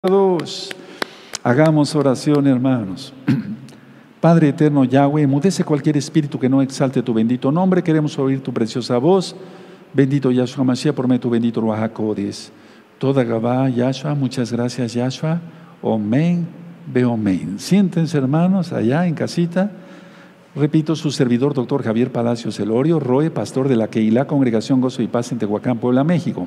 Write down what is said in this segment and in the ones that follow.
Todos hagamos oración, hermanos. Padre eterno Yahweh, emudece cualquier espíritu que no exalte tu bendito nombre. Queremos oír tu preciosa voz. Bendito Yahshua Mashiach, por medio tu bendito Ruach HaKodesh. Toda Gabá, Yahshua, muchas gracias, Yahshua. Omen, Beomen. Siéntense, hermanos, allá en casita. Repito, su servidor, doctor Javier Palacios Elorio, Roe, pastor de la Keilah, Congregación Gozo y Paz en Tehuacán, Puebla, México.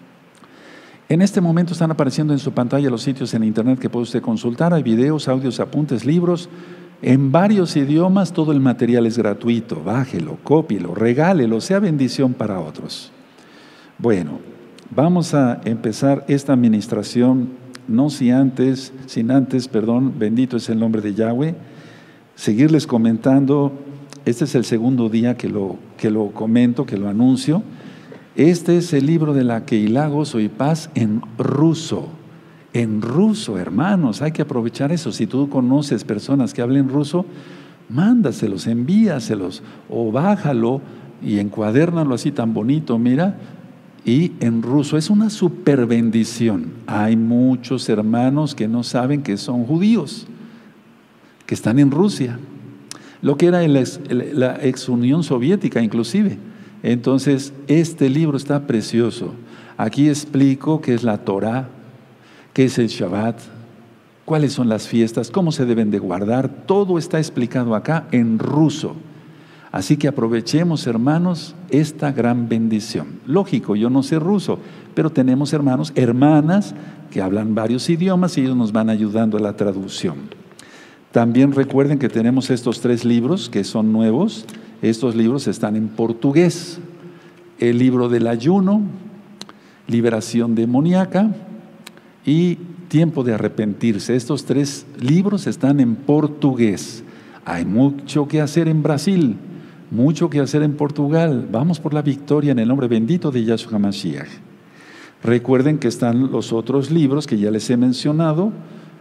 En este momento están apareciendo en su pantalla los sitios en internet que puede usted consultar. Hay videos, audios, apuntes, libros, en varios idiomas. Todo el material es gratuito. Bájelo, cópielo, regálelo, sea bendición para otros. Bueno, vamos a empezar esta administración, no sin antes, bendito es el nombre de Yahweh, seguirles comentando. Este es el segundo día que lo comento, que lo anuncio. Este es el libro de la Keilah, Gozo y Paz en ruso. En ruso, hermanos, hay que aprovechar eso. Si tú conoces personas que hablen ruso, mándaselos, envíaselos o bájalo y encuadérnalo así tan bonito, mira. Y en ruso es una super bendición. Hay muchos hermanos que no saben que son judíos, que están en Rusia, lo que era la ex Unión Soviética inclusive. Entonces, este libro está precioso. Aquí explico qué es la Torah, qué es el Shabbat, cuáles son las fiestas, cómo se deben de guardar. Todo está explicado acá en ruso. Así que aprovechemos, hermanos, esta gran bendición. Lógico, yo no sé ruso, pero tenemos hermanos, hermanas que hablan varios idiomas y ellos nos van ayudando a la traducción. También recuerden que tenemos estos 3 libros que son nuevos. Estos libros están en portugués. El libro del ayuno, liberación demoníaca y tiempo de arrepentirse. Estos 3 libros están en portugués. Hay mucho que hacer en Brasil, mucho que hacer en Portugal. Vamos por la victoria en el nombre bendito de Yahshua Mashiach. Recuerden que están los otros libros que ya les he mencionado.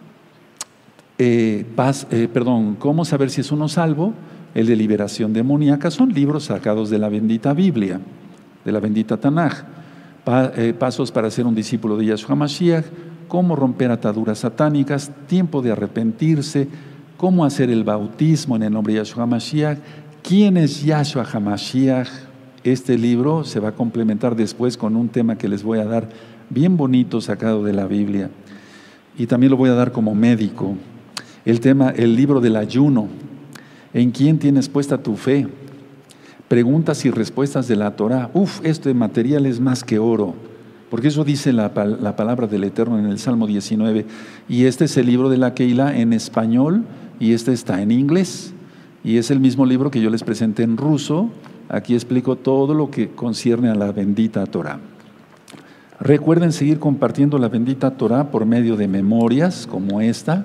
¿Cómo saber si es uno salvo? El de liberación demoníaca. Son libros sacados de la bendita Biblia, de la bendita Tanaj. Pasos para ser un discípulo de Yahshua Mashiach, cómo romper ataduras satánicas, tiempo de arrepentirse, cómo hacer el bautismo en el nombre de Yahshua Mashiach, quién es Yahshua HaMashiach. Este libro se va a complementar después con un tema que les voy a dar bien bonito, sacado de la Biblia, y también lo voy a dar como médico. El libro del ayuno. ¿En quién tienes puesta tu fe? Preguntas y respuestas de la Torah. Este material es más que oro, porque eso dice la palabra del Eterno en el Salmo 19. Y este es el libro de la Keilah en español y este está en inglés. Y es el mismo libro que yo les presenté en ruso. Aquí explico todo lo que concierne a la bendita Torah. Recuerden seguir compartiendo la bendita Torah por medio de memorias como esta.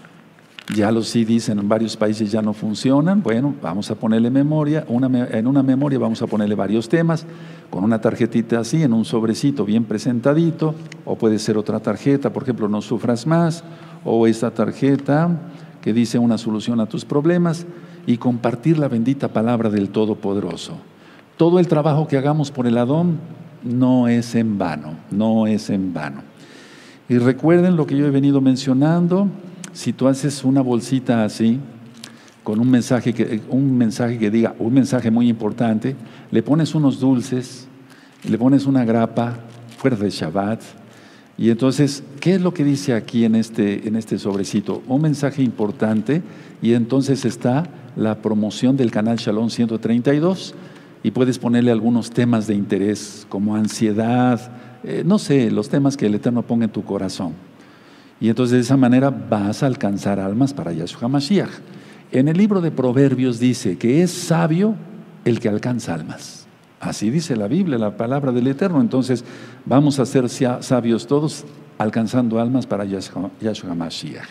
Ya los CDs en varios países ya no funcionan. Bueno, vamos a ponerle memoria. En una memoria vamos a ponerle varios temas, con una tarjetita así, en un sobrecito bien presentadito, o puede ser otra tarjeta, por ejemplo, No sufras más, o esta tarjeta que dice una solución a tus problemas, y compartir la bendita palabra del Todopoderoso. Todo el trabajo que hagamos por el Adón no es en vano, no es en vano. Y recuerden lo que yo he venido mencionando. Si tú haces una bolsita así, con un mensaje que diga, un mensaje muy importante, le pones unos dulces, le pones una grapa fuera de Shabbat, y entonces, ¿qué es lo que dice aquí en este sobrecito? Un mensaje importante, y entonces está la promoción del canal Shalom 132, y puedes ponerle algunos temas de interés, como ansiedad, no sé, los temas que el Eterno ponga en tu corazón. Y entonces de esa manera vas a alcanzar almas para Yahshua Mashiach. En el libro de Proverbios dice que es sabio el que alcanza almas. Así dice la Biblia, la palabra del Eterno. Entonces vamos a ser sabios todos alcanzando almas para Yahshua Mashiach.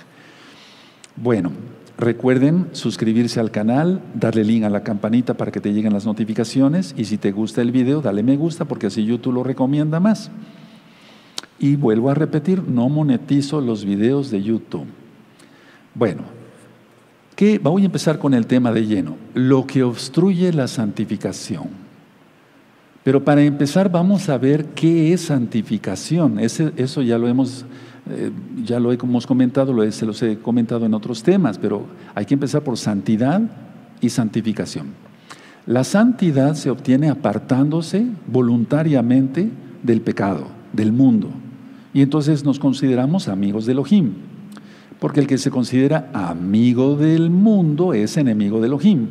Bueno, recuerden suscribirse al canal, darle link a la campanita para que te lleguen las notificaciones. Y si te gusta el video, dale me gusta porque así YouTube lo recomienda más. Y vuelvo a repetir, no monetizo los videos de YouTube. Bueno, voy a empezar con el tema de lleno. Lo que obstruye la santificación. Pero para empezar vamos a ver qué es santificación. Eso ya lo hemos Ya lo hemos comentado, se los he comentado en otros temas, pero hay que empezar por santidad y santificación. La santidad se obtiene apartándose voluntariamente del pecado, del mundo. Y entonces nos consideramos amigos de Elohim. Porque el que se considera amigo del mundo es enemigo de Elohim.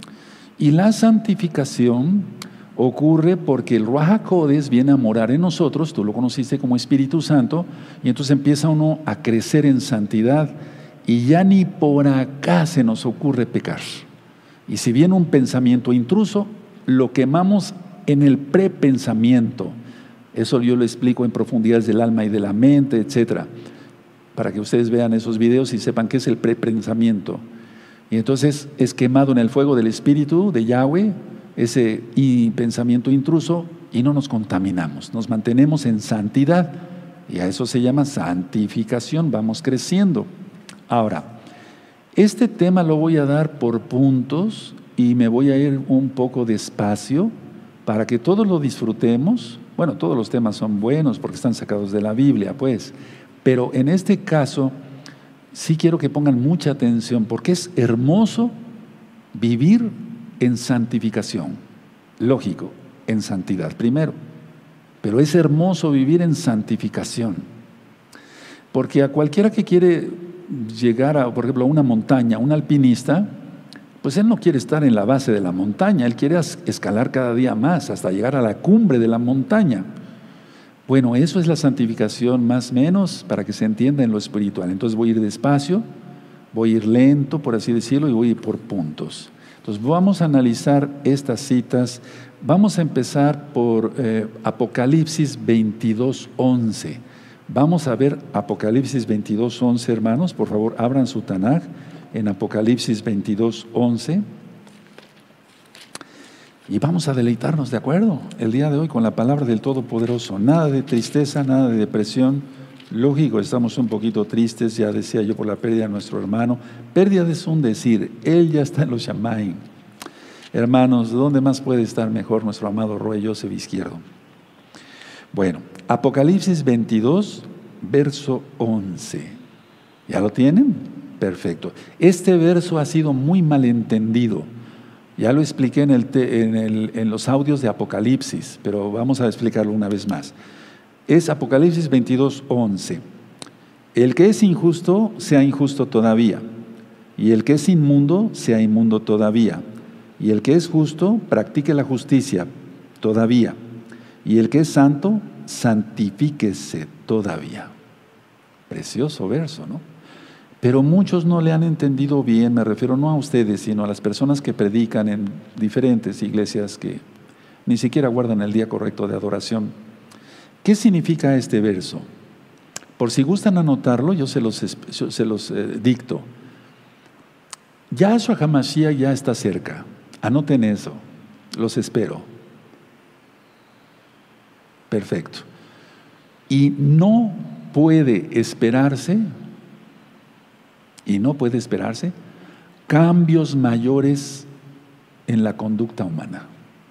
Y la santificación ocurre porque el Ruach HaKodesh viene a morar en nosotros, tú lo conociste como Espíritu Santo, y entonces empieza uno a crecer en santidad y ya ni por acá se nos ocurre pecar. Y si viene un pensamiento intruso, lo quemamos en el prepensamiento. Eso yo lo explico en profundidades del alma y de la mente, etcétera, para que ustedes vean esos videos y sepan qué es el prepensamiento. Y entonces es quemado en el fuego del Espíritu de Yahweh, ese pensamiento intruso, y no nos contaminamos, nos mantenemos en santidad, y a eso se llama santificación, vamos creciendo. Ahora, este tema lo voy a dar por puntos y me voy a ir un poco despacio para que todos lo disfrutemos. Bueno, todos los temas son buenos porque están sacados de la Biblia, pues, pero en este caso sí quiero que pongan mucha atención porque es hermoso vivir en santificación. Lógico, en santidad primero, pero es hermoso vivir en santificación, porque a cualquiera que quiere llegar a, por ejemplo, a una montaña, un alpinista, pues él no quiere estar en la base de la montaña, él quiere escalar cada día más hasta llegar a la cumbre de la montaña. Bueno, eso es la santificación más o menos para que se entienda en lo espiritual. Entonces voy a ir despacio, voy a ir lento, por así decirlo, y voy a ir por puntos. Entonces vamos a analizar estas citas. Vamos a empezar por Apocalipsis 22:11. Vamos a ver Apocalipsis 22:11, hermanos. Por favor, abran su Tanaj en Apocalipsis 22:11. Y vamos a deleitarnos, ¿de acuerdo? El día de hoy con la palabra del Todopoderoso. Nada de tristeza, nada de depresión. Lógico, estamos un poquito tristes, ya decía yo, por la pérdida de nuestro hermano. Pérdida es un decir, él ya está en los Shamayim. Hermanos, ¿dónde más puede estar mejor nuestro amado Roy Joseph Izquierdo? Bueno, Apocalipsis 22, verso 11. ¿Ya lo tienen? Perfecto. Este verso ha sido muy malentendido. Ya lo expliqué en los audios de Apocalipsis, pero vamos a explicarlo una vez más. Es Apocalipsis 22:11. El que es injusto, sea injusto todavía. Y el que es inmundo, sea inmundo todavía. Y el que es justo, practique la justicia todavía. Y el que es santo, santifíquese todavía. Precioso verso, ¿no? Pero muchos no le han entendido bien, me refiero no a ustedes, sino a las personas que predican en diferentes iglesias que ni siquiera guardan el día correcto de adoración. ¿Qué significa este verso? Por si gustan anotarlo, yo se los dicto. Yahshua HaMashiach ya está cerca. Anoten eso, los espero. Perfecto. Y no puede esperarse cambios mayores en la conducta humana.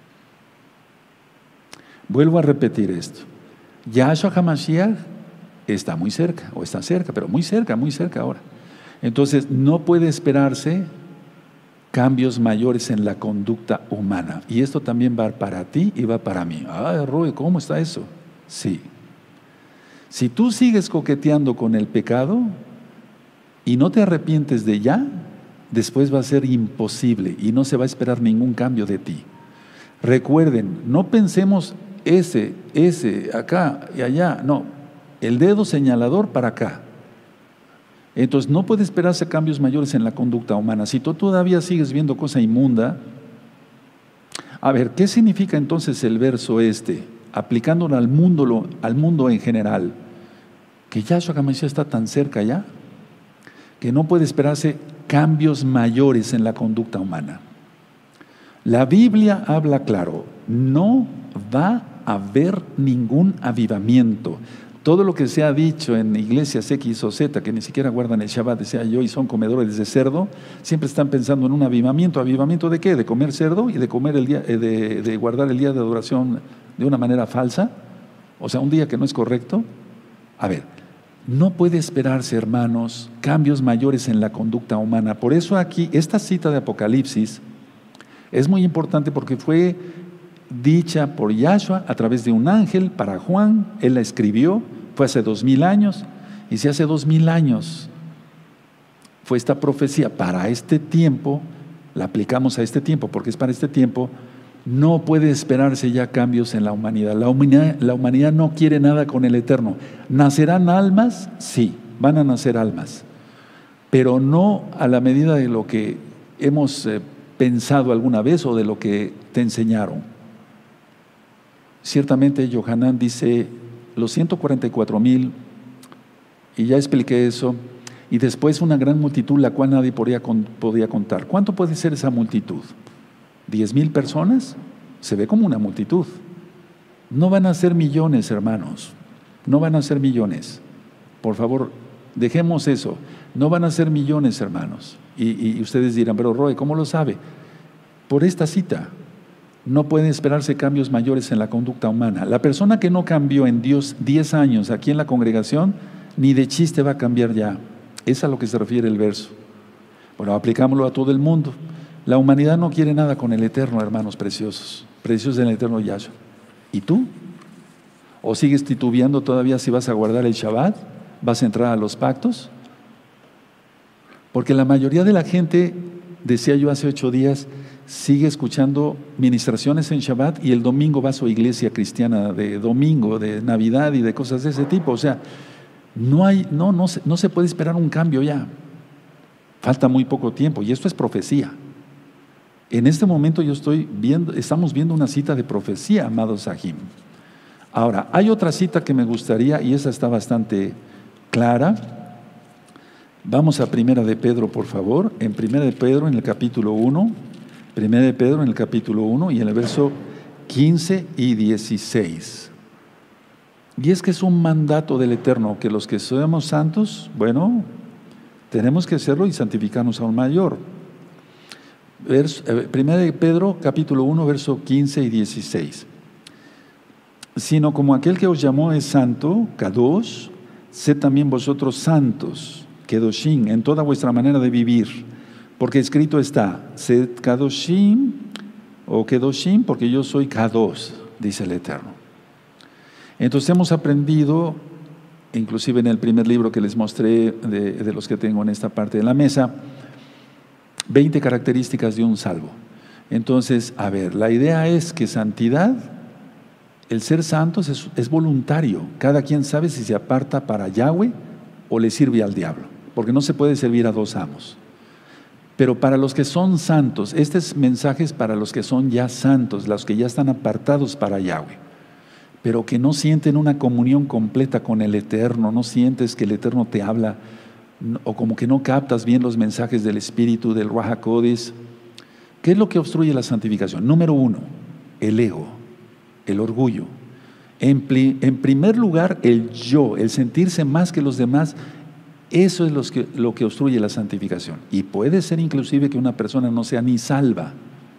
Vuelvo a repetir esto. Yahshua HaMashiach está muy cerca, o está cerca, pero muy cerca ahora. Entonces, no puede esperarse cambios mayores en la conducta humana. Y esto también va para ti y va para mí. Ay, Roy, ¿cómo está eso? Sí. Si tú sigues coqueteando con el pecado y no te arrepientes de ya, después va a ser imposible y no se va a esperar ningún cambio de ti. Recuerden, no pensemos ese, acá y allá, no, el dedo señalador para acá. Entonces no puede esperarse cambios mayores en la conducta humana. Si tú todavía sigues viendo cosa inmunda, a ver, ¿qué significa entonces el verso aplicándolo al mundo en general? Que Yahshua HaMashiach está tan cerca ya, que no puede esperarse cambios mayores en la conducta humana. La Biblia habla claro, no va a haber ningún avivamiento. Todo lo que se ha dicho en iglesias X o Z, que ni siquiera guardan el Shabbat, decía yo, y son comedores de cerdo, siempre están pensando en un avivamiento. ¿Avivamiento de qué? ¿De comer cerdo y de comer de guardar el día de adoración de una manera falsa? O sea, un día que no es correcto. A ver, No puede esperarse, hermanos, cambios mayores en la conducta humana. Por eso aquí, esta cita de Apocalipsis es muy importante porque fue dicha por Yahshua a través de un ángel para Juan. Él la escribió, fue hace 2000 años. Y si hace 2000 años fue esta profecía para este tiempo, la aplicamos a este tiempo porque es para este tiempo, no puede esperarse ya cambios en la humanidad. La humanidad no quiere nada con el Eterno. ¿Nacerán almas? Sí, van a nacer almas, pero no a la medida de lo que hemos pensado alguna vez o de lo que te enseñaron. Ciertamente Yohanan dice, los 144,000, y ya expliqué eso, y después una gran multitud, la cual nadie podía contar. ¿Cuánto puede ser esa multitud? ¿10,000 personas? Se ve como una multitud. No van a ser millones, hermanos. No van a ser millones. Por favor, dejemos eso. No van a ser millones, hermanos. Y ustedes dirán, pero Roe, ¿cómo lo sabe? Por esta cita. No pueden esperarse cambios mayores en la conducta humana. La persona que no cambió en Dios 10 años aquí en la congregación, ni de chiste va a cambiar ya. Es a lo que se refiere el verso. Bueno, aplicámoslo a todo el mundo. La humanidad no quiere nada con el Eterno, hermanos preciosos. Preciosos en el Eterno Yahshua. ¿Y tú? ¿O sigues titubeando todavía si vas a guardar el Shabbat? ¿Vas a entrar a los pactos? Porque la mayoría de la gente, decía yo hace 8 días, sigue escuchando ministraciones en Shabbat y el domingo va a su iglesia cristiana de domingo, de Navidad y de cosas de ese tipo. O sea, no se puede esperar un cambio ya. Falta muy poco tiempo y esto es profecía. En este momento estamos viendo una cita de profecía, amados Sahim. Ahora, hay otra cita que me gustaría, y esa está bastante clara. Vamos a Primera de Pedro, por favor. En Primera de Pedro, en el capítulo 1. Primera de Pedro, en el capítulo 1, y en el verso 15 y 16. Y es que es un mandato del Eterno, que los que somos santos, bueno, tenemos que hacerlo y santificarnos aún mayor. Primera de Pedro, capítulo 1, verso 15 y 16. Sino como aquel que os llamó es santo, Kadosh, sed también vosotros santos, Kedoshim, en toda vuestra manera de vivir. Porque escrito está, sed Kadoshim o Kedoshim, porque yo soy Kadosh, dice el Eterno. Entonces hemos aprendido, inclusive en el primer libro que les mostré de los que tengo en esta parte de la mesa, 20 características de un salvo. Entonces, a ver, la idea es que santidad, el ser santos es voluntario. Cada quien sabe si se aparta para Yahweh o le sirve al diablo, porque no se puede servir a dos amos. Pero para los que son santos, este mensaje es para los que son ya santos, los que ya están apartados para Yahweh, pero que no sienten una comunión completa con el Eterno, no sientes que el Eterno te habla, o como que no captas bien los mensajes del Espíritu, del Ruach HaKodesh. ¿Qué es lo que obstruye la santificación? Número 1, el ego, el orgullo. En primer lugar, el yo, el sentirse más que los demás. Eso es lo que obstruye la santificación. Y puede ser inclusive que una persona no sea ni salva.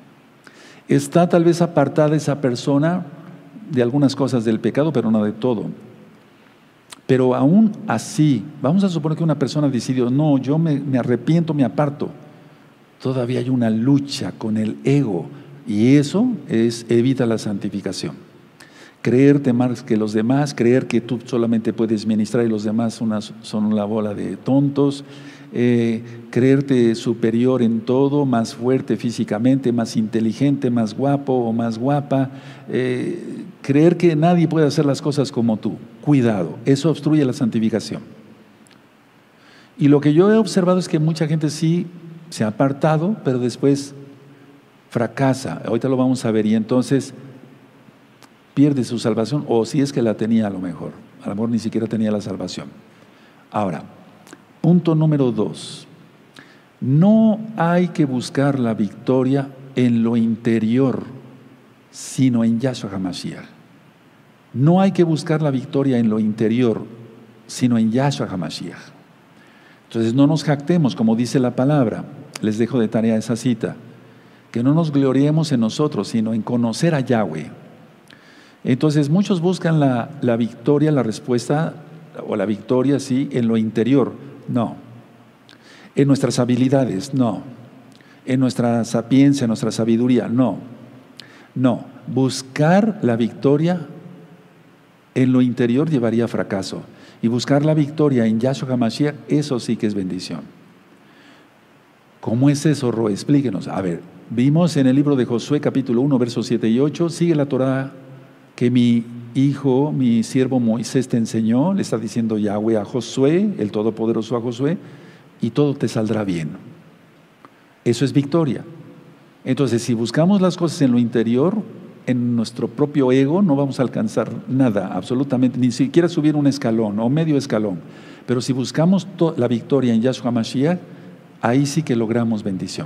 Está tal vez apartada esa persona de algunas cosas del pecado, pero no de todo. Pero aún así, vamos a suponer que una persona decidió, no, yo me arrepiento, me aparto. Todavía hay una lucha con el ego y eso evita la santificación. Creerte más que los demás, creer que tú solamente puedes ministrar y los demás son una bola de tontos, creerte superior en todo, más fuerte físicamente, más inteligente, más guapo o más guapa, creer que nadie puede hacer las cosas como tú. Cuidado, eso obstruye la santificación. Y lo que yo he observado es que mucha gente sí se ha apartado, pero después fracasa. Ahorita lo vamos a ver y entonces pierde su salvación, o si es que la tenía a lo mejor ni siquiera tenía la salvación. Ahora, punto número 2, no hay que buscar la victoria en lo interior, sino en Yahshua HaMashiach. No hay que buscar la victoria en lo interior, sino en Yahshua HaMashiach. Entonces no nos jactemos, como dice la palabra, les dejo de tarea esa cita, que no nos gloriemos en nosotros, sino en conocer a Yahweh. Entonces muchos buscan la victoria, la respuesta, o la victoria, sí, en lo interior, no. En nuestras habilidades, no. En nuestra sapiencia, en nuestra sabiduría, no. No, buscar la victoria en lo interior llevaría a fracaso. Y buscar la victoria en Yahshua HaMashiach, eso sí que es bendición. ¿Cómo es eso, Roe? Explíquenos. A ver, vimos en el libro de Josué, capítulo 1, versos 7 y 8, sigue la Torah que mi hijo, mi siervo Moisés te enseñó, le está diciendo Yahweh a Josué, el Todopoderoso a Josué, y todo te saldrá bien. Eso es victoria. Entonces, si buscamos las cosas en lo interior, en nuestro propio ego, no vamos a alcanzar nada, absolutamente, ni siquiera subir un escalón o medio escalón. Pero si buscamos la victoria en Yahshua HaMashiach, ahí sí que logramos bendición.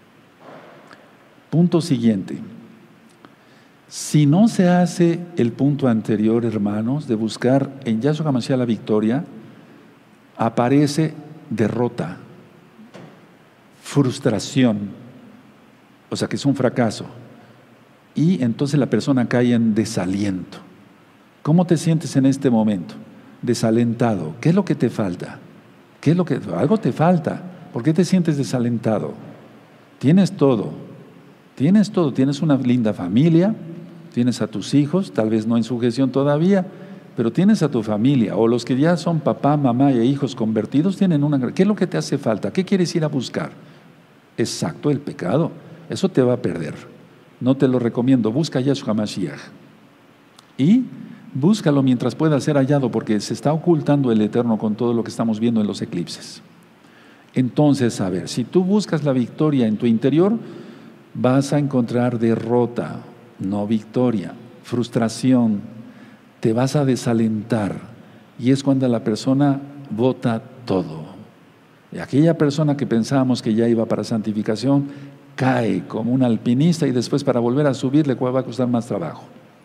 Punto siguiente. Si no se hace el punto anterior, hermanos, de buscar en Yahshua HaMashiach la victoria, aparece derrota, frustración, o sea que es un fracaso. Y entonces la persona cae en desaliento. ¿Cómo te sientes en este momento? Desalentado. ¿Qué es lo que te falta? Algo te falta. ¿Por qué te sientes desalentado? Tienes todo. Tienes una linda familia, tienes a tus hijos, tal vez no en sujeción todavía, pero tienes a tu familia, o los que ya son papá, mamá e hijos convertidos tienen una... ¿Qué es lo que te hace falta? ¿Qué quieres ir a buscar? Exacto, el pecado. Eso te va a perder. No te lo recomiendo. Busca a Yahshua HaMashiach. Y búscalo mientras pueda ser hallado, porque se está ocultando el Eterno con todo lo que estamos viendo en los eclipses. Entonces, a ver, si tú buscas la victoria en tu interior, vas a encontrar derrota, no victoria, frustración, te vas a desalentar. Y es cuando la persona bota todo. Y aquella persona que pensábamos que ya iba para santificación, cae como un alpinista y después para volver a subir le va a costar más trabajo.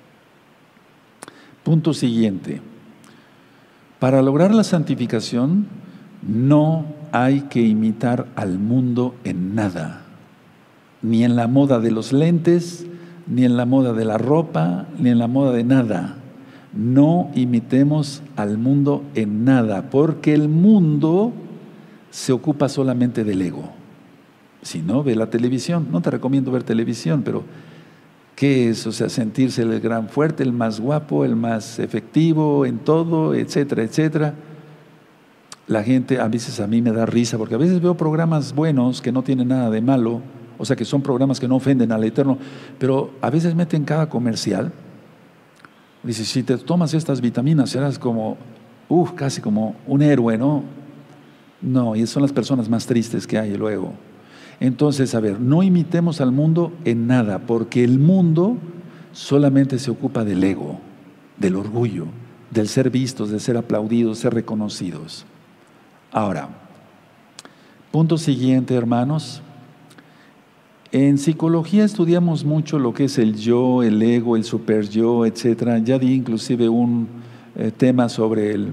Punto siguiente. Para lograr la santificación no hay que imitar al mundo en nada, ni en la moda de los lentes, ni en la moda de la ropa, ni en la moda de nada. No imitemos al mundo en nada, porque el mundo se ocupa solamente del ego. Si no, ve la televisión. No te recomiendo ver televisión, pero ¿qué es? O sea, sentirse el gran fuerte, el más guapo, el más efectivo en todo, etcétera, etcétera. La gente, a veces a mí me da risa, porque a veces veo programas buenos que no tienen nada de malo, o sea, que son programas que no ofenden al Eterno, pero a veces meten cada comercial. Dice, si te tomas estas vitaminas serás como, casi como un héroe, ¿no? No, y son las personas más tristes que hay luego. Entonces, a ver, no imitemos al mundo en nada, porque el mundo solamente se ocupa del ego, del orgullo, del ser vistos, de ser aplaudidos, ser reconocidos. Ahora, punto siguiente, hermanos. En psicología estudiamos mucho lo que es el yo, el ego, el super yo, etcétera. Ya di inclusive un tema sobre el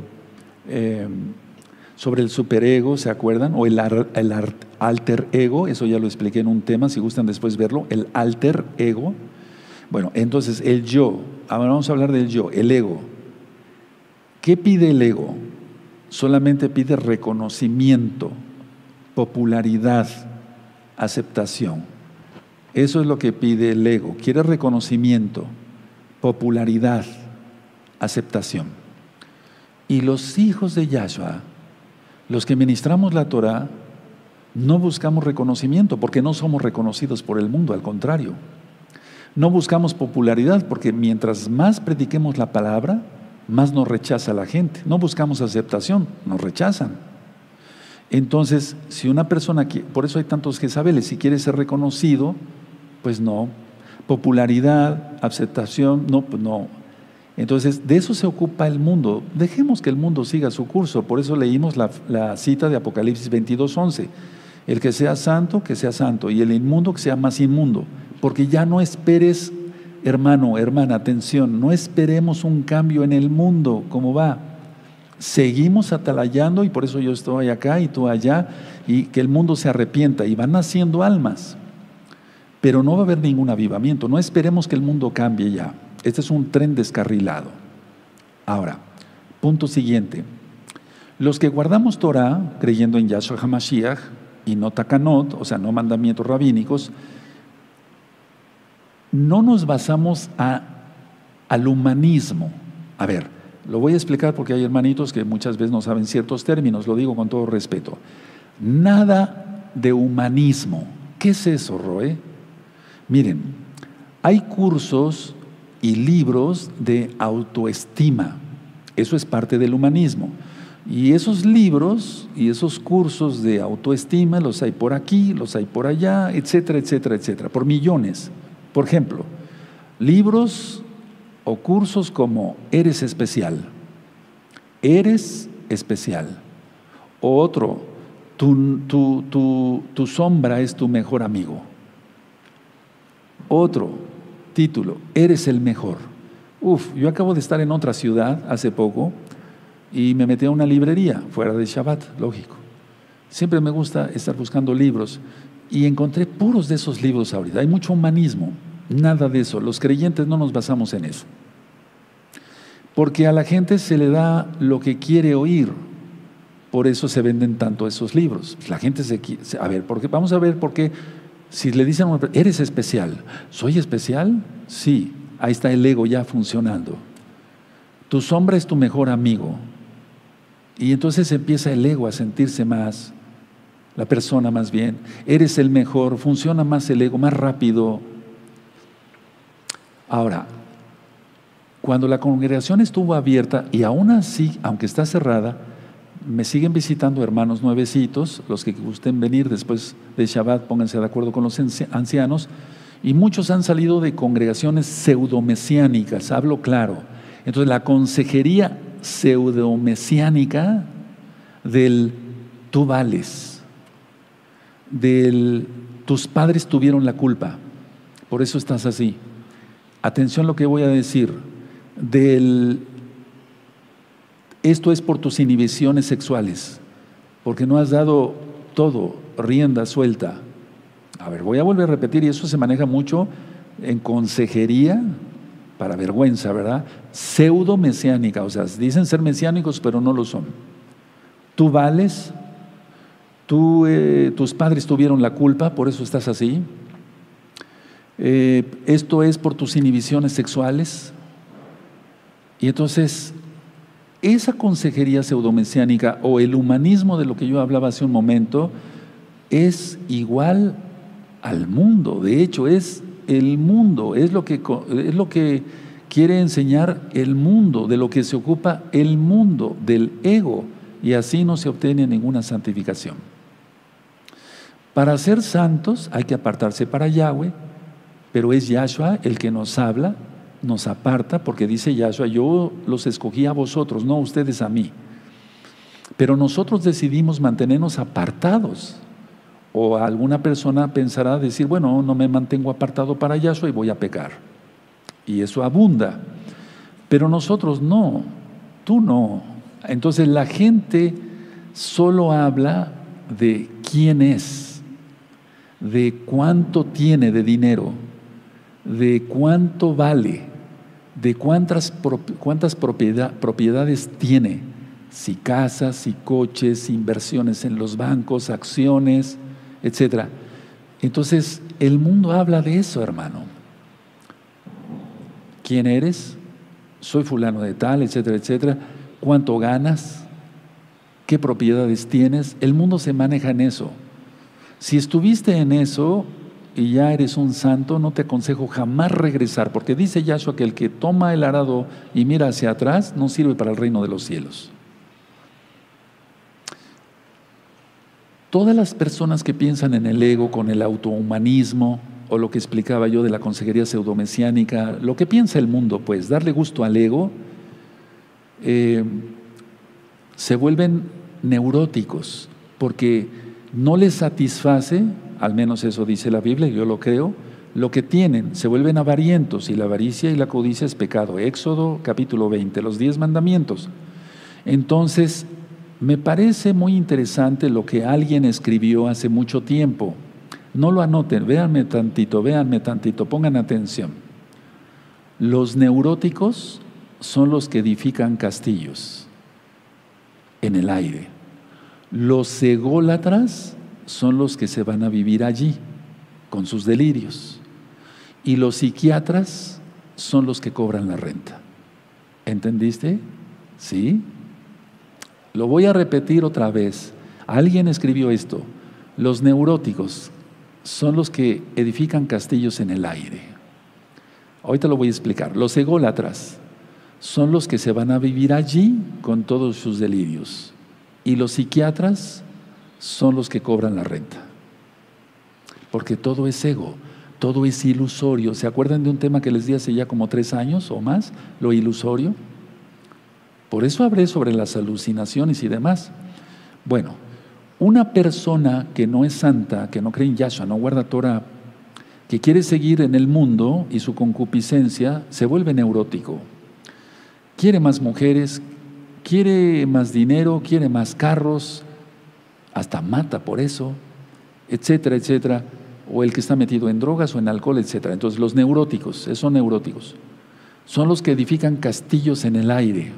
superego, ¿se acuerdan? O el alter ego, eso ya lo expliqué en un tema, si gustan después verlo, el alter ego. Bueno, entonces el yo, ahora vamos a hablar del yo, el ego. ¿Qué pide el ego? Solamente pide reconocimiento, popularidad, aceptación. Eso es lo que pide el ego. Quiere reconocimiento, popularidad, aceptación. Y los hijos de Yahshua, los que ministramos la Torah, no buscamos reconocimiento porque no somos reconocidos por el mundo, al contrario. No buscamos popularidad porque mientras más prediquemos la palabra, más nos rechaza la gente. No buscamos aceptación, nos rechazan. Entonces, si una persona, por eso hay tantos Jezabeles, si quiere ser reconocido, pues no. Popularidad, aceptación, no, pues no. Entonces, de eso se ocupa el mundo. Dejemos que el mundo siga su curso. Por eso leímos la cita de Apocalipsis 22:11. El que sea santo, y el inmundo, que sea más inmundo. Porque ya no esperes, hermano, hermana, atención, no esperemos un cambio en el mundo, ¿cómo va? Seguimos atalayando, y por eso yo estoy acá y tú allá, y que el mundo se arrepienta, y van naciendo almas. Pero no va a haber ningún avivamiento. No esperemos que el mundo cambie ya. Este es un tren descarrilado. Ahora, punto siguiente. Los que guardamos Torah, creyendo en Yahshua HaMashiach, y no takanot, o sea, no mandamientos rabínicos, no nos basamos al humanismo. A ver, lo voy a explicar porque hay hermanitos que muchas veces no saben ciertos términos, lo digo con todo respeto. Nada de humanismo. ¿Qué es eso, Roe? Miren, hay cursos y libros de autoestima. Eso es parte del humanismo. Y esos libros y esos cursos de autoestima los hay por aquí, los hay por allá, etcétera, etcétera, etcétera, por millones. Por ejemplo, libros o cursos como Eres especial. Eres especial. O otro, tu sombra es tu mejor amigo. Otro título, Eres el mejor. Yo acabo de estar en otra ciudad hace poco y me metí a una librería, fuera de Shabbat, lógico. Siempre me gusta estar buscando libros y encontré puros de esos libros ahorita. Hay mucho humanismo, nada de eso. Los creyentes no nos basamos en eso. Porque a la gente se le da lo que quiere oír. Por eso se venden tanto esos libros. La gente vamos a ver por qué. Si le dicen, eres especial, ¿soy especial? Sí, ahí está el ego ya funcionando. Tu sombra es tu mejor amigo. Y entonces empieza el ego a sentirse más, la persona más bien. Eres el mejor, funciona más el ego, más rápido. Ahora, cuando la congregación estuvo abierta, y aún así, aunque está cerrada, me siguen visitando hermanos nuevecitos, los que gusten venir después de Shabbat, pónganse de acuerdo con los ancianos, y muchos han salido de congregaciones pseudomesiánicas, hablo claro. Entonces la consejería pseudomesiánica del tú vales, del tus padres tuvieron la culpa, por eso estás así. Atención lo que voy a decir, esto es por tus inhibiciones sexuales, porque no has dado todo, rienda suelta. A ver, voy a volver a repetir, y eso se maneja mucho en consejería, para vergüenza, ¿verdad? Pseudo mesiánica, o sea, dicen ser mesiánicos, pero no lo son. Tú vales, tus padres tuvieron la culpa, por eso estás así. Esto es por tus inhibiciones sexuales. Y entonces, esa consejería pseudomesiánica o el humanismo de lo que yo hablaba hace un momento es igual al mundo. De hecho, es el mundo, es lo que quiere enseñar el mundo, de lo que se ocupa el mundo, del ego, y así no se obtiene ninguna santificación. Para ser santos hay que apartarse para Yahweh, pero es Yahshua el que nos habla, nos aparta, porque dice Yahshua, yo los escogí a vosotros, no ustedes a mí. Pero nosotros decidimos mantenernos apartados. O alguna persona pensará decir, bueno, no me mantengo apartado para Yahshua y voy a pecar. Y eso abunda. Pero nosotros no, tú no. Entonces la gente solo habla de quién es, de cuánto tiene de dinero, de cuánto vale, de cuántas propiedades tiene, si casas, si coches, si inversiones en los bancos, acciones, etcétera. Entonces, el mundo habla de eso, hermano. ¿Quién eres? Soy fulano de tal, etcétera, etcétera. ¿Cuánto ganas? ¿Qué propiedades tienes? El mundo se maneja en eso. Si estuviste en eso y ya eres un santo, no te aconsejo jamás regresar, porque dice Yahshua que el que toma el arado y mira hacia atrás no sirve para el reino de los cielos. Todas las personas que piensan en el ego con el autohumanismo, o lo que explicaba yo de la consejería pseudomesiánica, lo que piensa el mundo, pues, darle gusto al ego, se vuelven neuróticos, porque no les satisface, al menos eso dice la Biblia, yo lo creo, lo que tienen, se vuelven avarientos, y la avaricia y la codicia es pecado. Éxodo capítulo 20, los 10 mandamientos. Entonces, me parece muy interesante lo que alguien escribió hace mucho tiempo. No lo anoten, véanme tantito, pongan atención. Los neuróticos son los que edifican castillos. en el aire. Los ególatras son los que se van a vivir allí con sus delirios. Y los psiquiatras son los que cobran la renta. ¿Entendiste? ¿Sí? Lo voy a repetir otra vez. Alguien escribió esto. Los neuróticos son los que edifican castillos en el aire. Ahorita lo voy a explicar. Los ególatras son los que se van a vivir allí con todos sus delirios. Y los psiquiatras son los que cobran la renta. Porque todo es ego, todo es ilusorio. ¿Se acuerdan de un tema que les di hace ya como 3 años o más? Lo ilusorio. Por eso hablé sobre las alucinaciones y demás. Bueno, una persona que no es santa, que no cree en Yahshua, no guarda Torah, que quiere seguir en el mundo y su concupiscencia, se vuelve neurótico. Quiere más mujeres, quiere más dinero, quiere más carros, hasta mata por eso, etcétera, etcétera. O el que está metido en drogas o en alcohol, etcétera. Entonces los neuróticos, esos son neuróticos, son los que edifican castillos en el aire.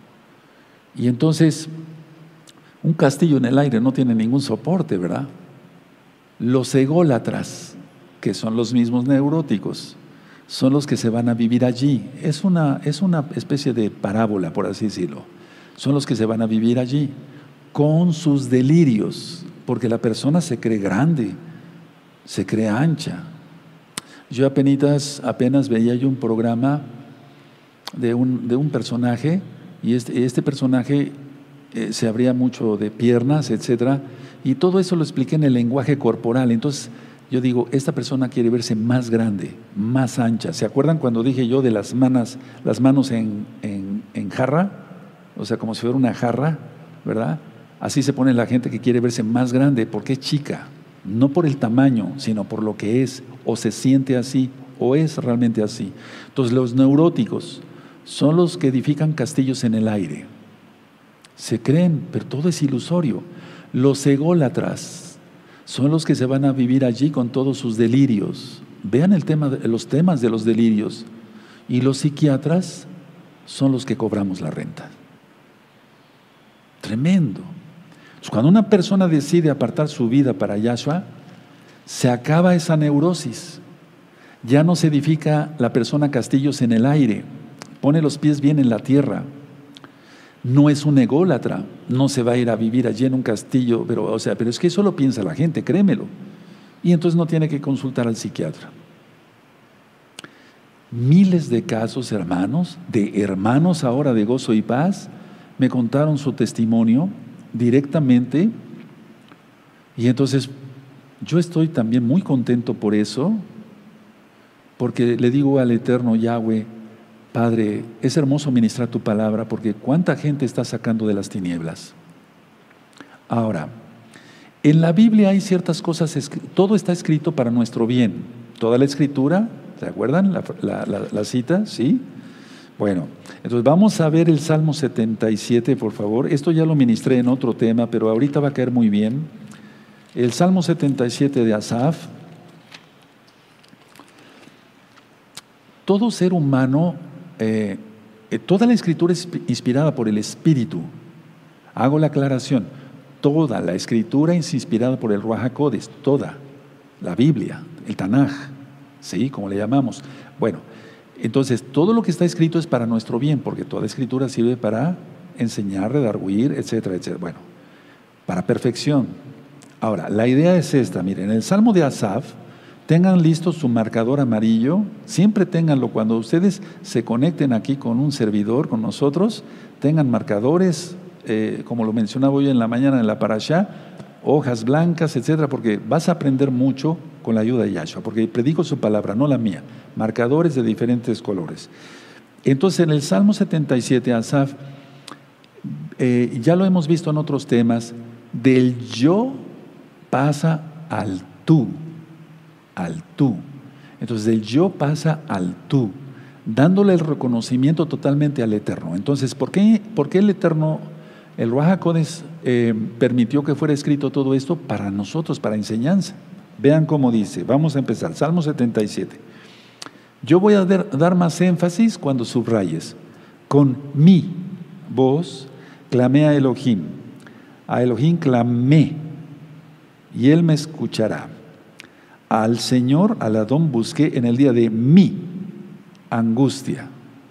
Y entonces, un castillo en el aire no tiene ningún soporte, ¿verdad? Los ególatras, que son los mismos neuróticos, son los que se van a vivir allí. Es una especie de parábola, por así decirlo. Son los que se van a vivir allí con sus delirios, porque la persona se cree grande, se cree ancha. Yo apenas veía yo un programa de un personaje, y este personaje se abría mucho de piernas, etcétera, y todo eso lo expliqué en el lenguaje corporal. Entonces yo digo, esta persona quiere verse más grande, más ancha. ¿Se acuerdan cuando dije yo de las manos en jarra? O sea, como si fuera una jarra, ¿verdad? Así se pone la gente que quiere verse más grande porque es chica, no por el tamaño, sino por lo que es, o se siente así, o es realmente así. Entonces los neuróticos son los que edifican castillos en el aire. Se creen, pero todo es ilusorio. Los ególatras son los que se van a vivir allí con todos sus delirios. Vean los temas de los delirios. Y los psiquiatras son los que cobramos la renta. Tremendo. Entonces, cuando una persona decide apartar su vida para Yahshua, se acaba esa neurosis. Ya no se edifica la persona castillos en el aire, pone los pies bien en la tierra. No es un ególatra, no se va a ir a vivir allí en un castillo, pero es que eso lo piensa la gente, créemelo. Y entonces no tiene que consultar al psiquiatra. Miles de casos, hermanos, de hermanos ahora de Gozo y Paz, me contaron su testimonio directamente, y entonces yo estoy también muy contento por eso, porque le digo al eterno Yahweh, Padre, es hermoso ministrar tu palabra, porque cuánta gente está sacando de las tinieblas. Ahora, en la Biblia hay ciertas cosas, todo está escrito para nuestro bien, toda la escritura, ¿se acuerdan la cita? ¿Sí? Bueno, entonces vamos a ver el Salmo 77, por favor. Esto ya lo ministré en otro tema, pero ahorita va a caer muy bien. El Salmo 77 de Asaf. Todo ser humano, toda la escritura es inspirada por el Espíritu. Hago la aclaración. Toda la escritura es inspirada por el Ruach HaKodesh, toda. La Biblia, el Tanaj, ¿sí? Como le llamamos. Bueno, entonces todo lo que está escrito es para nuestro bien, porque toda escritura sirve para enseñar, redarguir, etcétera, etcétera. Bueno, para perfección. Ahora, la idea es esta, miren, en el Salmo de Asaf, tengan listo su marcador amarillo, siempre ténganlo cuando ustedes se conecten aquí con un servidor, con nosotros, tengan marcadores, como lo mencionaba hoy en la mañana en la parashá, hojas blancas, etcétera, porque vas a aprender mucho con la ayuda de Yahshua, porque predico su palabra, no la mía, marcadores de diferentes colores. Entonces en el Salmo 77, Asaf, ya lo hemos visto en otros temas, del yo pasa al tú. Al tú. Entonces del yo pasa al tú, dándole el reconocimiento totalmente al Eterno. Entonces, ¿por qué el Eterno, el Ruach HaKodesh, permitió que fuera escrito todo esto? Para nosotros, para enseñanza. Vean cómo dice, vamos a empezar, Salmo 77. Yo voy a dar más énfasis cuando subrayes, con mi voz Clamé a Elohim clamé, y Él me escuchará. Al Señor, al Adón, busqué en el día de mi angustia.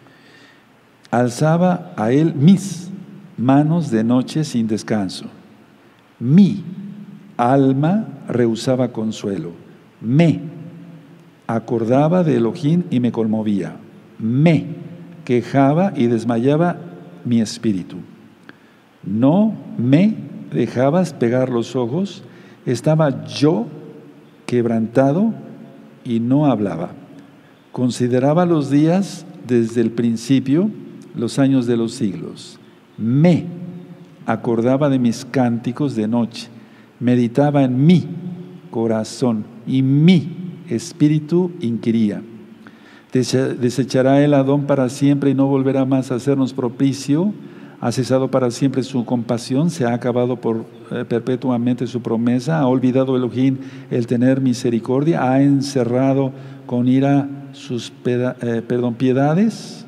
Alzaba a Él mis manos de noche sin descanso. Mi alma rehusaba consuelo. Me acordaba de Elohim y me conmovía. Me quejaba y desmayaba mi espíritu. No me dejabas pegar los ojos. Estaba yo quebrantado y no hablaba. Consideraba los días desde el principio, los años de los siglos. Me acordaba de mis cánticos de noche. Meditaba en mi corazón y mi espíritu inquiría. ¿Desechará el Adón para siempre y no volverá más a hacernos propicio? ¿Ha cesado para siempre su compasión? ¿Se ha acabado perpetuamente su promesa? ¿Ha olvidado Elohim el tener misericordia? ¿Ha encerrado con ira sus piedades?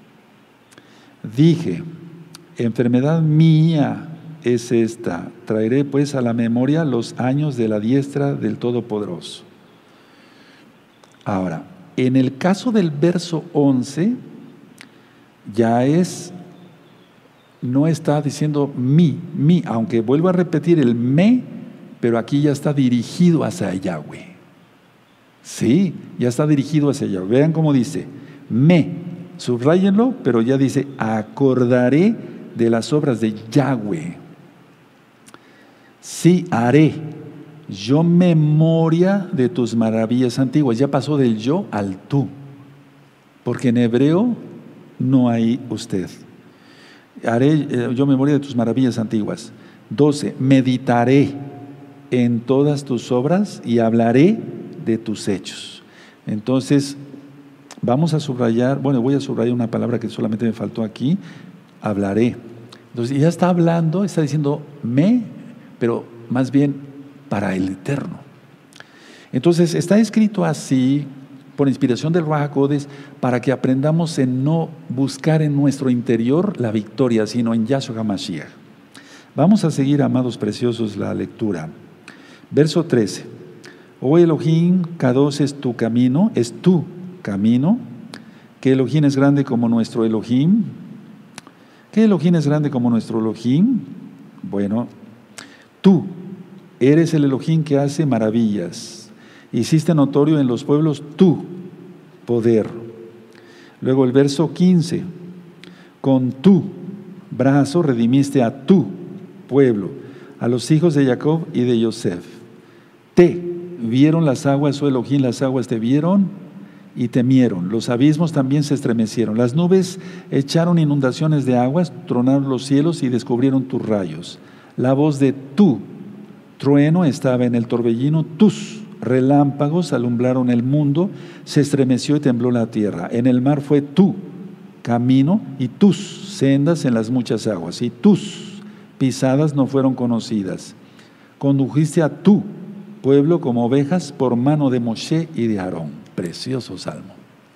Dije, enfermedad mía es esta. Traeré pues a la memoria los años de la diestra del Todopoderoso. Ahora, en el caso del verso 11, ya no está diciendo mi, aunque vuelvo a repetir el me, pero aquí ya está dirigido hacia Yahweh. Sí, ya está dirigido hacia Yahweh. Vean cómo dice, me, subrayenlo, pero ya dice, acordaré de las obras de Yahweh. Sí, haré yo memoria de tus maravillas antiguas. Ya pasó del yo al tú, porque en hebreo no hay usted. Haré yo memoria de tus maravillas antiguas. 12, meditaré en todas tus obras y hablaré de tus hechos. Entonces, vamos a subrayar, voy a subrayar una palabra que solamente me faltó aquí, hablaré. Entonces, ya está hablando, está diciendo pero más bien para el Eterno. Entonces, está escrito así, por inspiración del Ruach HaKodesh, para que aprendamos en no buscar en nuestro interior la victoria, sino en Yahshua HaMashiach. Vamos a seguir, amados preciosos, la lectura. Verso 13. Oh Elohim, Kadosh es tu camino, que Elohim es grande como nuestro Elohim. ¿Qué Elohim es grande como nuestro Elohim? Bueno, tú eres el Elohim que hace maravillas. Hiciste notorio en los pueblos tu poder. Luego el verso 15. Con tu brazo redimiste a tu pueblo, a los hijos de Jacob y de Yosef. Te vieron las aguas, oh Elohim, las aguas te vieron y temieron. Los abismos también se estremecieron. Las nubes echaron inundaciones de aguas, tronaron los cielos y descubrieron tus rayos. La voz de tu trueno estaba en el torbellino, tus relámpagos alumbraron el mundo, se estremeció y tembló la tierra. En el mar fue tu camino y tus sendas en las muchas aguas, y tus pisadas no fueron conocidas. Condujiste a tu pueblo como ovejas por mano de Moshe y de Aarón. Precioso salmo.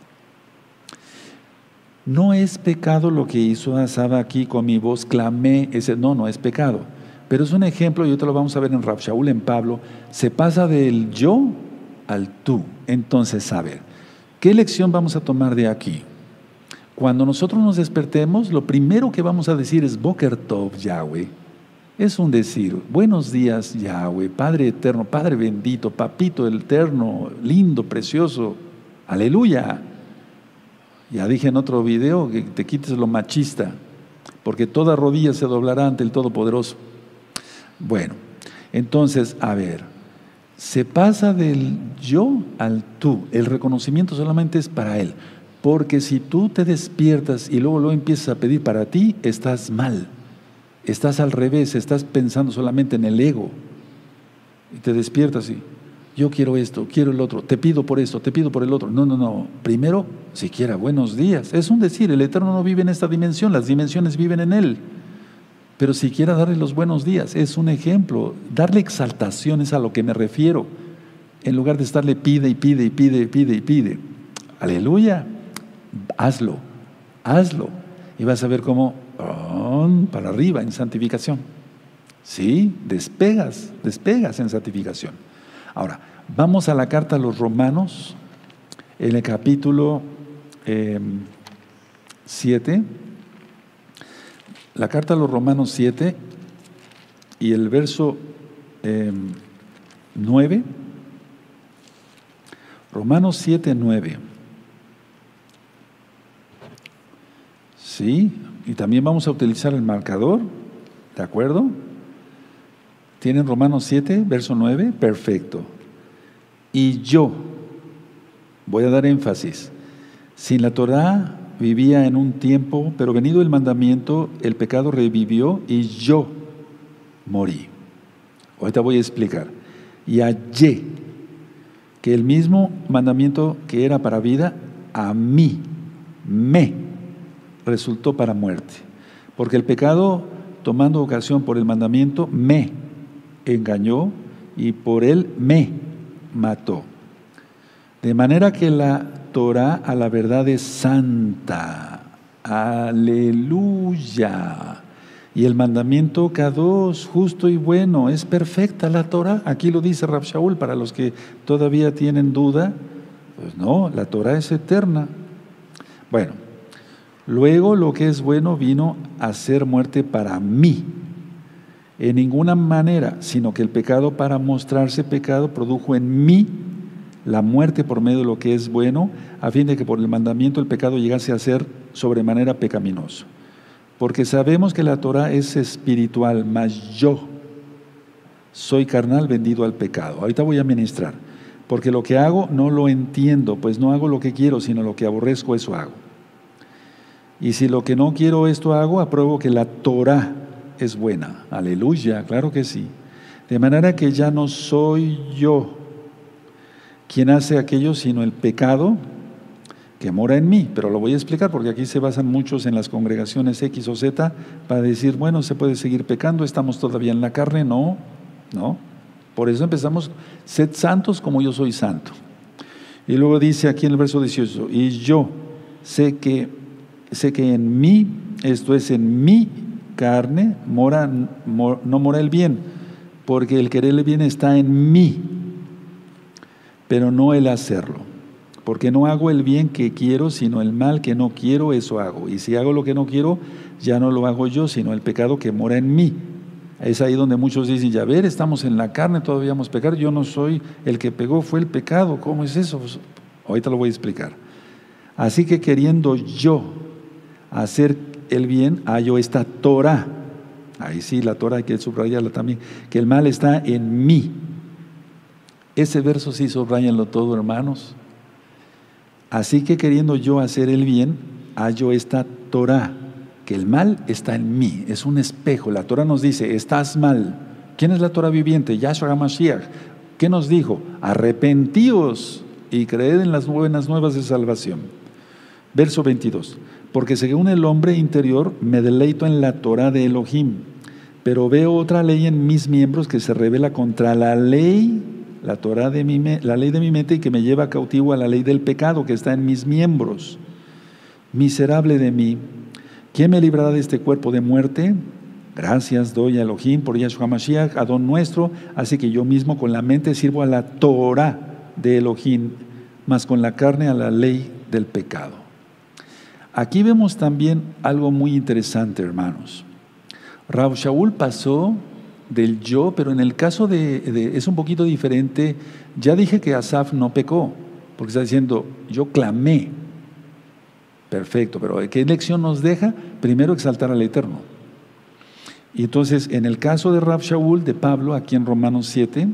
No es pecado lo que hizo Asaf aquí con mi voz, clamé, no es pecado. Pero es un ejemplo, y ahorita lo vamos a ver en Rav Shaul, en Pablo, se pasa del yo al tú. Entonces, a ver, ¿qué lección vamos a tomar de aquí? Cuando nosotros nos despertemos, lo primero que vamos a decir es Boker Tov, Yahweh. Es un decir, buenos días, Yahweh, Padre eterno, Padre bendito, Papito eterno, lindo, precioso, aleluya. Ya dije en otro video que te quites lo machista, porque toda rodilla se doblará ante el Todopoderoso. Bueno, entonces, a ver, se pasa del yo al tú. El reconocimiento solamente es para Él, porque si tú te despiertas y luego empiezas a pedir para ti, estás mal, estás al revés, estás pensando solamente en el ego y te despiertas y yo quiero esto, quiero el otro, te pido por esto, te pido por el otro. No, primero, siquiera buenos días. Es un decir, el Eterno no vive en esta dimensión, las dimensiones viven en Él. Pero siquiera darle los buenos días, es un ejemplo. Darle exaltación es a lo que me refiero, en lugar de estarle pide y pide y pide y pide y pide. Aleluya, hazlo, y vas a ver cómo para arriba en santificación. Sí, despegas en santificación. Ahora, vamos a la carta a los Romanos, en el capítulo 7. La carta a los Romanos 7 y el verso 9. Romanos 7, 9. Sí, y también vamos a utilizar el marcador, ¿de acuerdo? ¿Tienen Romanos 7, verso 9? Perfecto. Y yo, voy a dar énfasis, sin la Torá vivía en un tiempo, pero venido el mandamiento, el pecado revivió y yo morí. Ahorita voy a explicar. Y hallé que el mismo mandamiento que era para vida, a mí me resultó para muerte. Porque el pecado, tomando ocasión por el mandamiento, me engañó y por él me mató. De manera que la Torá a la verdad es santa. Aleluya. Y el mandamiento Kadosh, justo y bueno, es perfecta la Torá. Aquí lo dice Rav Shaul, para los que todavía tienen duda. Pues no, la Torá es eterna. Bueno, luego lo que es bueno vino a ser muerte para mí. En ninguna manera, sino que el pecado, para mostrarse pecado, produjo en mí la muerte por medio de lo que es bueno, a fin de que por el mandamiento el pecado llegase a ser sobremanera pecaminoso. Porque sabemos que la Torá es espiritual, mas yo soy carnal, vendido al pecado. Ahorita voy a ministrar. Porque lo que hago no lo entiendo, pues no hago lo que quiero, sino lo que aborrezco, eso hago. Y si lo que no quiero, esto hago, apruebo que la Torá es buena. Aleluya, claro que sí. De manera que ya no soy yo quien hace aquello, sino el pecado que mora en mí. Pero lo voy a explicar porque aquí se basan muchos en las congregaciones X o Z para decir, bueno, se puede seguir pecando, estamos todavía en la carne. No. Por eso empezamos, sed santos como yo soy santo. Y luego dice aquí en el verso 18, y yo sé que en mí, esto es en mi carne, no mora el bien, porque el querer el bien está en mí, pero no el hacerlo. Porque no hago el bien que quiero, sino el mal que no quiero, eso hago. Y si hago lo que no quiero, ya no lo hago yo, sino el pecado que mora en mí. Es ahí donde muchos dicen, ya ver, estamos en la carne, todavía vamos a pecar, yo no soy el que pegó, fue el pecado. ¿Cómo es eso? Pues, ahorita lo voy a explicar. Así que queriendo yo hacer el bien, hallo esta Torá. Ahí sí, la Torá hay que subrayarla también, que el mal está en mí. Ese verso sí, subrayenlo todo, hermanos. Así que queriendo yo hacer el bien, hallo esta Torá, que el mal está en mí, es un espejo. La Torá nos dice, estás mal. ¿Quién es la Torá viviente? Yahshua HaMashiach. ¿Qué nos dijo? Arrepentíos y creed en las buenas nuevas de salvación. Verso 22. Porque según el hombre interior me deleito en la Torá de Elohim, pero veo otra ley en mis miembros que se revela contra la ley, la Torá la ley de mi mente, y que me lleva cautivo a la ley del pecado que está en mis miembros. Miserable de mí, ¿quién me librará de este cuerpo de muerte? Gracias doy a Elohim por Yahshua HaMashiach, Adón nuestro. Así que yo mismo con la mente sirvo a la Torá de Elohim, mas con la carne a la ley del pecado. Aquí vemos también algo muy interesante, hermanos. Rav Shaul pasó del yo, pero en el caso es un poquito diferente. Ya dije que Asaf no pecó, porque está diciendo, yo clamé. Perfecto, pero ¿qué lección nos deja? Primero exaltar al Eterno. Y entonces, en el caso de Rav Shaul, de Pablo, aquí en Romanos 7,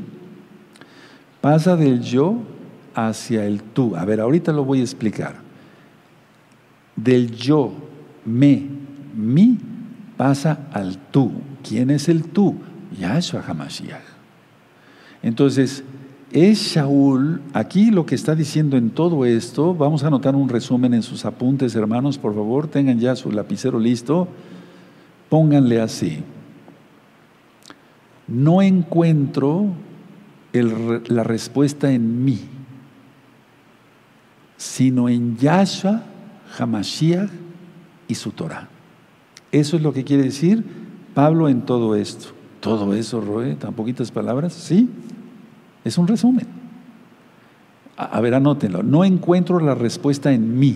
pasa del yo hacia el tú. A ver, ahorita lo voy a explicar. Del yo, mi, pasa al tú. ¿Quién es el tú? Yahshua HaMashiach. Entonces, es Shaul, aquí lo que está diciendo en todo esto, vamos a anotar un resumen en sus apuntes, hermanos, por favor, tengan ya su lapicero listo, pónganle así. No encuentro la respuesta en mí, sino en Yahshua HaMashiach y su Torah. Eso es lo que quiere decir Pablo en todo esto. Todo eso, Roé, tan poquitas palabras, sí, es un resumen. A ver, anótenlo. No encuentro la respuesta en mí,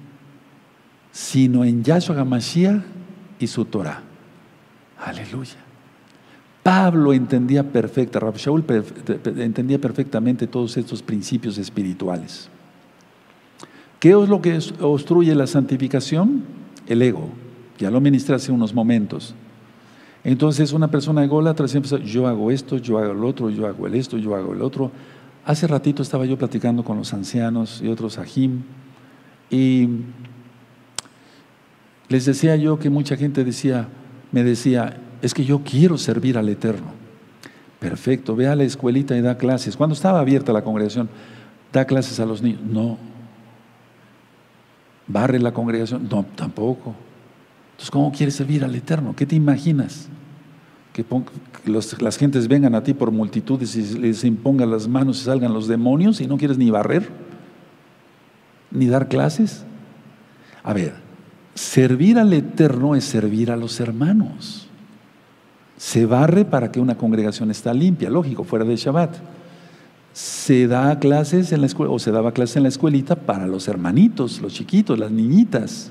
sino en Yahshua HaMashiach y su Torah. Aleluya. Pablo entendía Rab Shaul entendía perfectamente todos estos principios espirituales. ¿Qué es lo que obstruye la santificación? El ego. Ya lo ministré hace unos momentos. Entonces una persona ególatra siempre dice, yo hago esto, yo hago el otro, yo hago el esto, yo hago el otro. Hace ratito estaba yo platicando con los ancianos y otros ajim, y les decía yo que mucha gente me decía, es que yo quiero servir al Eterno. Perfecto, ve a la escuelita y da clases. Cuando estaba abierta la congregación, da clases a los niños. No. ¿Barre la congregación? No, tampoco. Entonces, ¿cómo quieres servir al Eterno? ¿Qué te imaginas? Que las gentes vengan a ti por multitudes y les impongan las manos y salgan los demonios y no quieres ni barrer, ni dar clases. A ver, servir al Eterno es servir a los hermanos. Se barre para que una congregación esté limpia, lógico, fuera de Shabbat. Se da clases en la escuela, o se daba clases en la escuelita para los hermanitos, los chiquitos, las niñitas.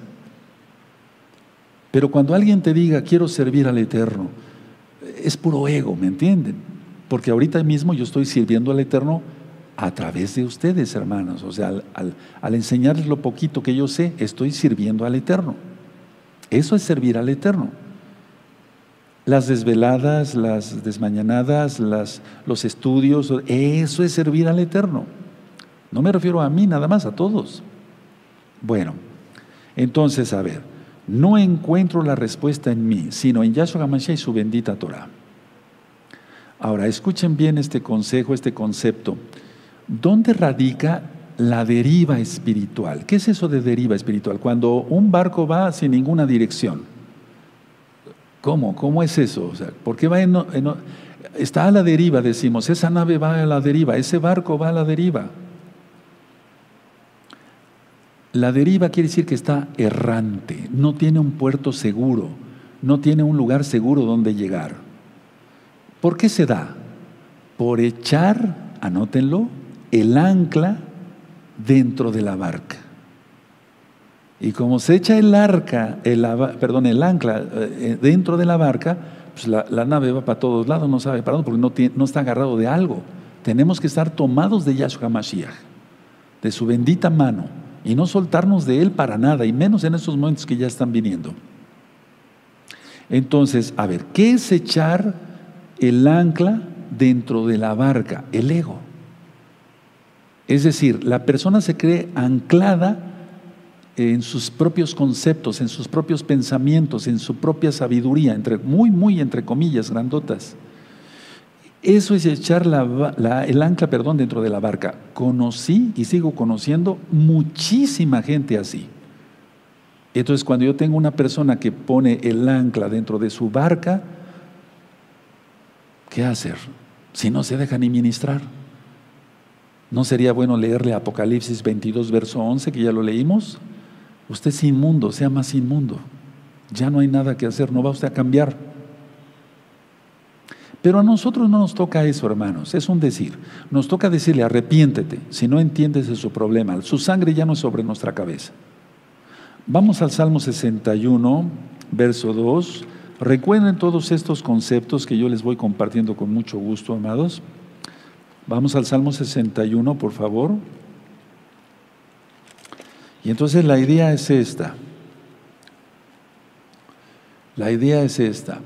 Pero cuando alguien te diga, quiero servir al Eterno, es puro ego, ¿me entienden? Porque ahorita mismo yo estoy sirviendo al Eterno a través de ustedes, hermanos. O sea, al enseñarles lo poquito que yo sé, estoy sirviendo al Eterno. Eso es servir al Eterno. Las desveladas, las desmañanadas, los estudios, eso es servir al Eterno. No me refiero a mí nada más, a todos. Bueno, entonces, a ver, no encuentro la respuesta en mí, sino en Yahshua HaMashiach y su bendita Torah. Ahora, escuchen bien este consejo, este concepto. ¿Dónde radica la deriva espiritual? ¿Qué es eso de deriva espiritual? Cuando un barco va sin ninguna dirección. ¿Cómo? ¿Cómo es eso? O sea, ¿por qué va está a la deriva, decimos? Esa nave va a la deriva, ese barco va a la deriva. La deriva quiere decir que está errante, no tiene un puerto seguro, no tiene un lugar seguro donde llegar. ¿Por qué se da? Por echar, anótenlo, el ancla dentro de la barca. Y como se echa el ancla dentro de la barca, pues la nave va para todos lados, no sabe para dónde, porque no está agarrado de algo. Tenemos que estar tomados de Yahshua HaMashiach, de su bendita mano, y no soltarnos de Él para nada, y menos en estos momentos que ya están viniendo. Entonces, a ver, ¿qué es echar el ancla dentro de la barca? El ego. Es decir, la persona se cree anclada en sus propios conceptos, en sus propios pensamientos, en su propia sabiduría, muy entre comillas, grandotas. Eso es echar el ancla, dentro de la barca. Conocí y sigo conociendo muchísima gente así. Entonces, cuando yo tengo una persona que pone el ancla dentro de su barca, ¿qué hacer? Si no se deja ni ministrar. ¿No sería bueno leerle Apocalipsis 22, verso 11, que ya lo leímos? Usted es inmundo, sea más inmundo. Ya no hay nada que hacer, no va usted a cambiar. Pero a nosotros no nos toca eso, hermanos, es un decir. Nos toca decirle, arrepiéntete, si no entiendes de su problema. Su sangre ya no es sobre nuestra cabeza. Vamos al Salmo 61, verso 2. Recuerden todos estos conceptos que yo les voy compartiendo con mucho gusto, amados. Vamos al Salmo 61, por favor. Y entonces la idea es esta. La idea es esta.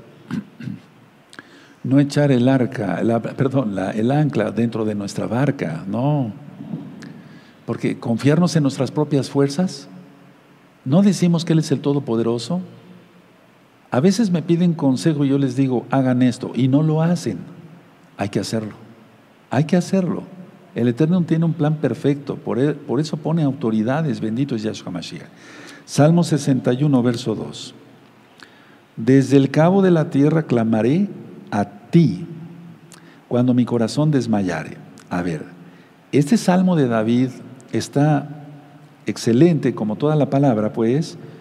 No echar el ancla dentro de nuestra barca, no. Porque confiarnos en nuestras propias fuerzas. ¿No decimos que Él es el Todopoderoso? A veces me piden consejo y yo les digo, hagan esto, y no lo hacen. Hay que hacerlo. Hay que hacerlo. El Eterno tiene un plan perfecto, por eso pone autoridades, bendito es Yahshua HaMashiach. Salmo 61, verso 2. Desde el cabo de la tierra clamaré a ti, cuando mi corazón desmayare. A ver, este Salmo de David está excelente, como toda la palabra, pues,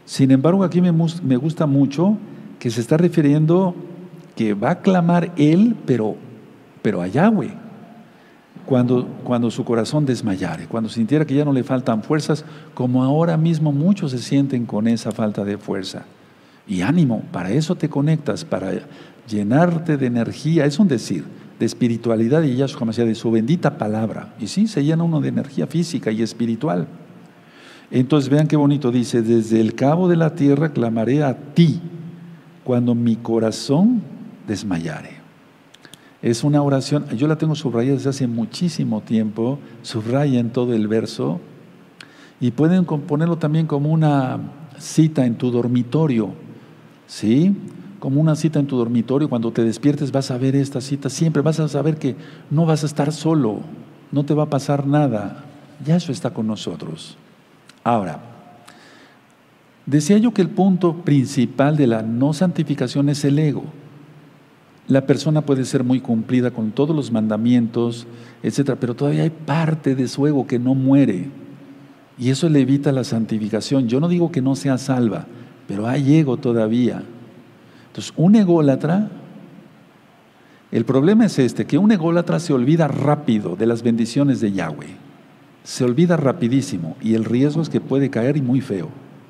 Sin embargo, aquí me gusta mucho que se está refiriendo que va a clamar él, pero a Yahweh, cuando su corazón desmayare, cuando sintiera que ya no le faltan fuerzas, como ahora mismo muchos se sienten con esa falta de fuerza. Y ánimo, para eso te conectas, para llenarte de energía, es un decir, de espiritualidad de Yahshua Mashiach, de su bendita palabra. Y sí, se llena uno de energía física y espiritual. Entonces vean qué bonito dice: desde el cabo de la tierra clamaré a ti cuando mi corazón desmayare. Es una oración, yo la tengo subrayada desde hace muchísimo tiempo, subrayen todo el verso y pueden ponerlo también como una cita en tu dormitorio, ¿sí? Como una cita en tu dormitorio, cuando te despiertes vas a ver esta cita, siempre vas a saber que no vas a estar solo, no te va a pasar nada, ya eso está con nosotros. Ahora, decía yo que el punto principal de la no santificación es el ego. La persona puede ser muy cumplida con todos los mandamientos, etcétera, pero todavía hay parte de su ego que no muere. Y eso le evita la santificación. Yo no digo que no sea salva, pero hay ego todavía. Entonces, un ególatra, el problema es que un ególatra se olvida rápido de las bendiciones de Yahweh. Se olvida rapidísimo y el riesgo es que puede caer y muy feo.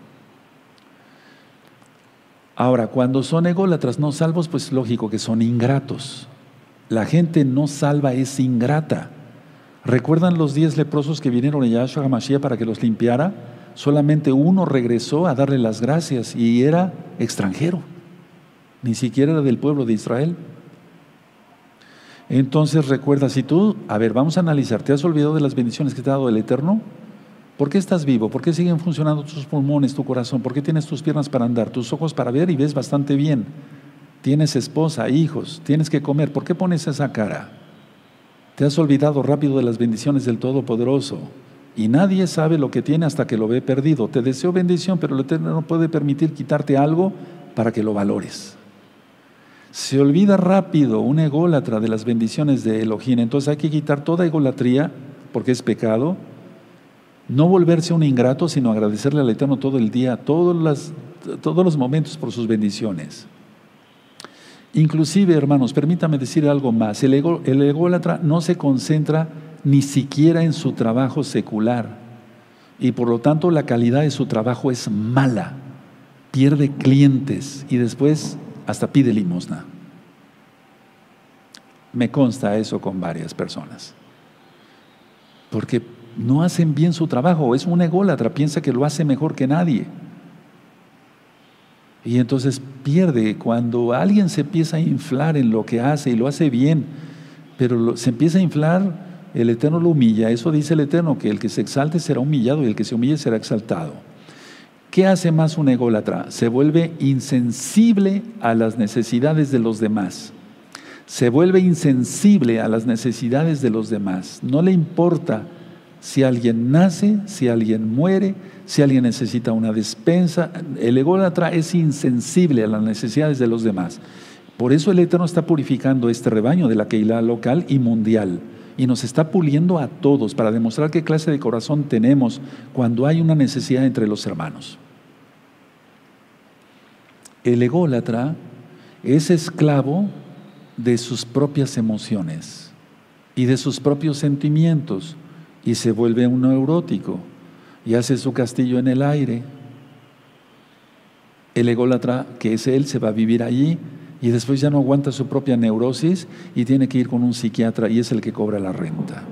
Ahora, cuando son ególatras no salvos, pues lógico que son ingratos. La gente no salva es ingrata. ¿Recuerdan los 10 leprosos que vinieron a Yahshua HaMashiach para que los limpiara? Solamente uno regresó a darle las gracias y era extranjero. Ni siquiera era del pueblo de Israel. Entonces recuerda, si tú, vamos a analizar, ¿te has olvidado de las bendiciones que te ha dado el Eterno? ¿Por qué estás vivo? ¿Por qué siguen funcionando tus pulmones, tu corazón? ¿Por qué tienes tus piernas para andar, tus ojos para ver y ves bastante bien? Tienes esposa, hijos, tienes que comer. ¿Por qué pones esa cara? Te has olvidado rápido de las bendiciones del Todopoderoso. Y nadie sabe lo que tiene hasta que lo ve perdido. Te deseo bendición, pero el Eterno no puede permitir quitarte algo para que lo valores. Se olvida rápido un ególatra de las bendiciones de Elohim. Entonces hay que quitar toda egolatría, porque es pecado. No volverse un ingrato, sino agradecerle al Eterno todo el día, todos los momentos por sus bendiciones. Inclusive, hermanos, permítame decir algo más. El ególatra no se concentra ni siquiera en su trabajo secular y por lo tanto la calidad de su trabajo es mala. Pierde clientes y después hasta pide limosna. Me consta eso con varias personas. Porque no hacen bien su trabajo, es un ególatra, piensa que lo hace mejor que nadie. Y entonces pierde. Cuando alguien se empieza a inflar en lo que hace y lo hace bien, pero se empieza a inflar, el Eterno lo humilla. Eso dice el Eterno, que el que se exalte será humillado y el que se humille será exaltado. ¿Qué hace más un ególatra? Se vuelve insensible a las necesidades de los demás. Se vuelve insensible a las necesidades de los demás. No le importa si alguien nace, si alguien muere, si alguien necesita una despensa. El ególatra es insensible a las necesidades de los demás. Por eso el Eterno está purificando este rebaño de la Keilah local y mundial. Y nos está puliendo a todos para demostrar qué clase de corazón tenemos cuando hay una necesidad entre los hermanos. El ególatra es esclavo de sus propias emociones y de sus propios sentimientos y se vuelve un neurótico y hace su castillo en el aire. El ególatra, que es él, se va a vivir allí y después ya no aguanta su propia neurosis y tiene que ir con un psiquiatra y es el que cobra la renta.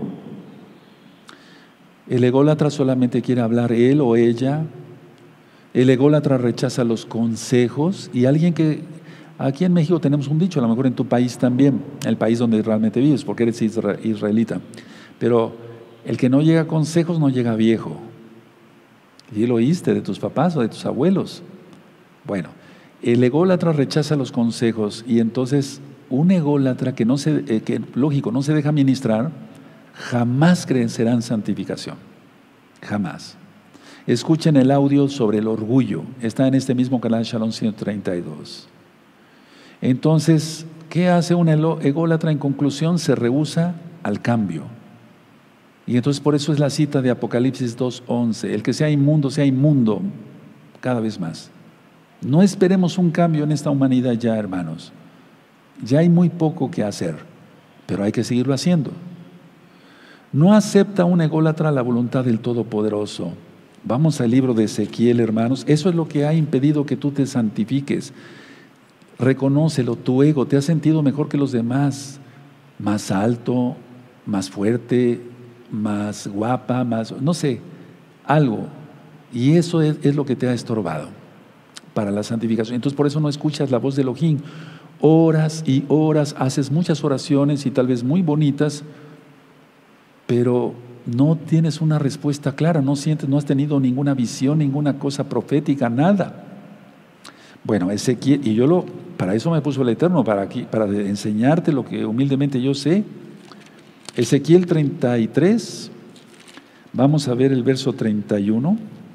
El ególatra solamente quiere hablar él o ella. El ególatra rechaza los consejos y alguien que, aquí en México tenemos un dicho, a lo mejor en tu país también, el país donde realmente vives, porque eres israelita, pero el que no llega a consejos no llega viejo. Y lo oíste de tus papás o de tus abuelos. Bueno, el ególatra rechaza los consejos y entonces un ególatra que lógico, no se deja ministrar, jamás crecerá en santificación. Jamás. Escuchen el audio sobre el orgullo. Está en este mismo canal Shalom 132. Entonces, ¿qué hace un ególatra? En conclusión, se rehúsa al cambio. Y entonces por eso es la cita de Apocalipsis 2:11. El que sea inmundo, cada vez más. No esperemos un cambio en esta humanidad ya, hermanos. Ya hay muy poco que hacer, pero hay que seguirlo haciendo. No acepta un ególatra la voluntad del Todopoderoso. Vamos al libro de Ezequiel, hermanos. Eso es lo que ha impedido que tú te santifiques. Reconócelo, tu ego, te has sentido mejor que los demás, más alto, más fuerte, más guapa, más, no sé, algo. Y eso es lo que te ha estorbado para la santificación. Entonces por eso no escuchas la voz de Elohim. Horas y horas, haces muchas oraciones y tal vez muy bonitas, pero no tienes una respuesta clara, no sientes, no has tenido ninguna visión, ninguna cosa profética, nada. Bueno, Ezequiel, y para eso me puso el Eterno, para enseñarte lo que humildemente yo sé. Ezequiel 33, vamos a ver el verso 31,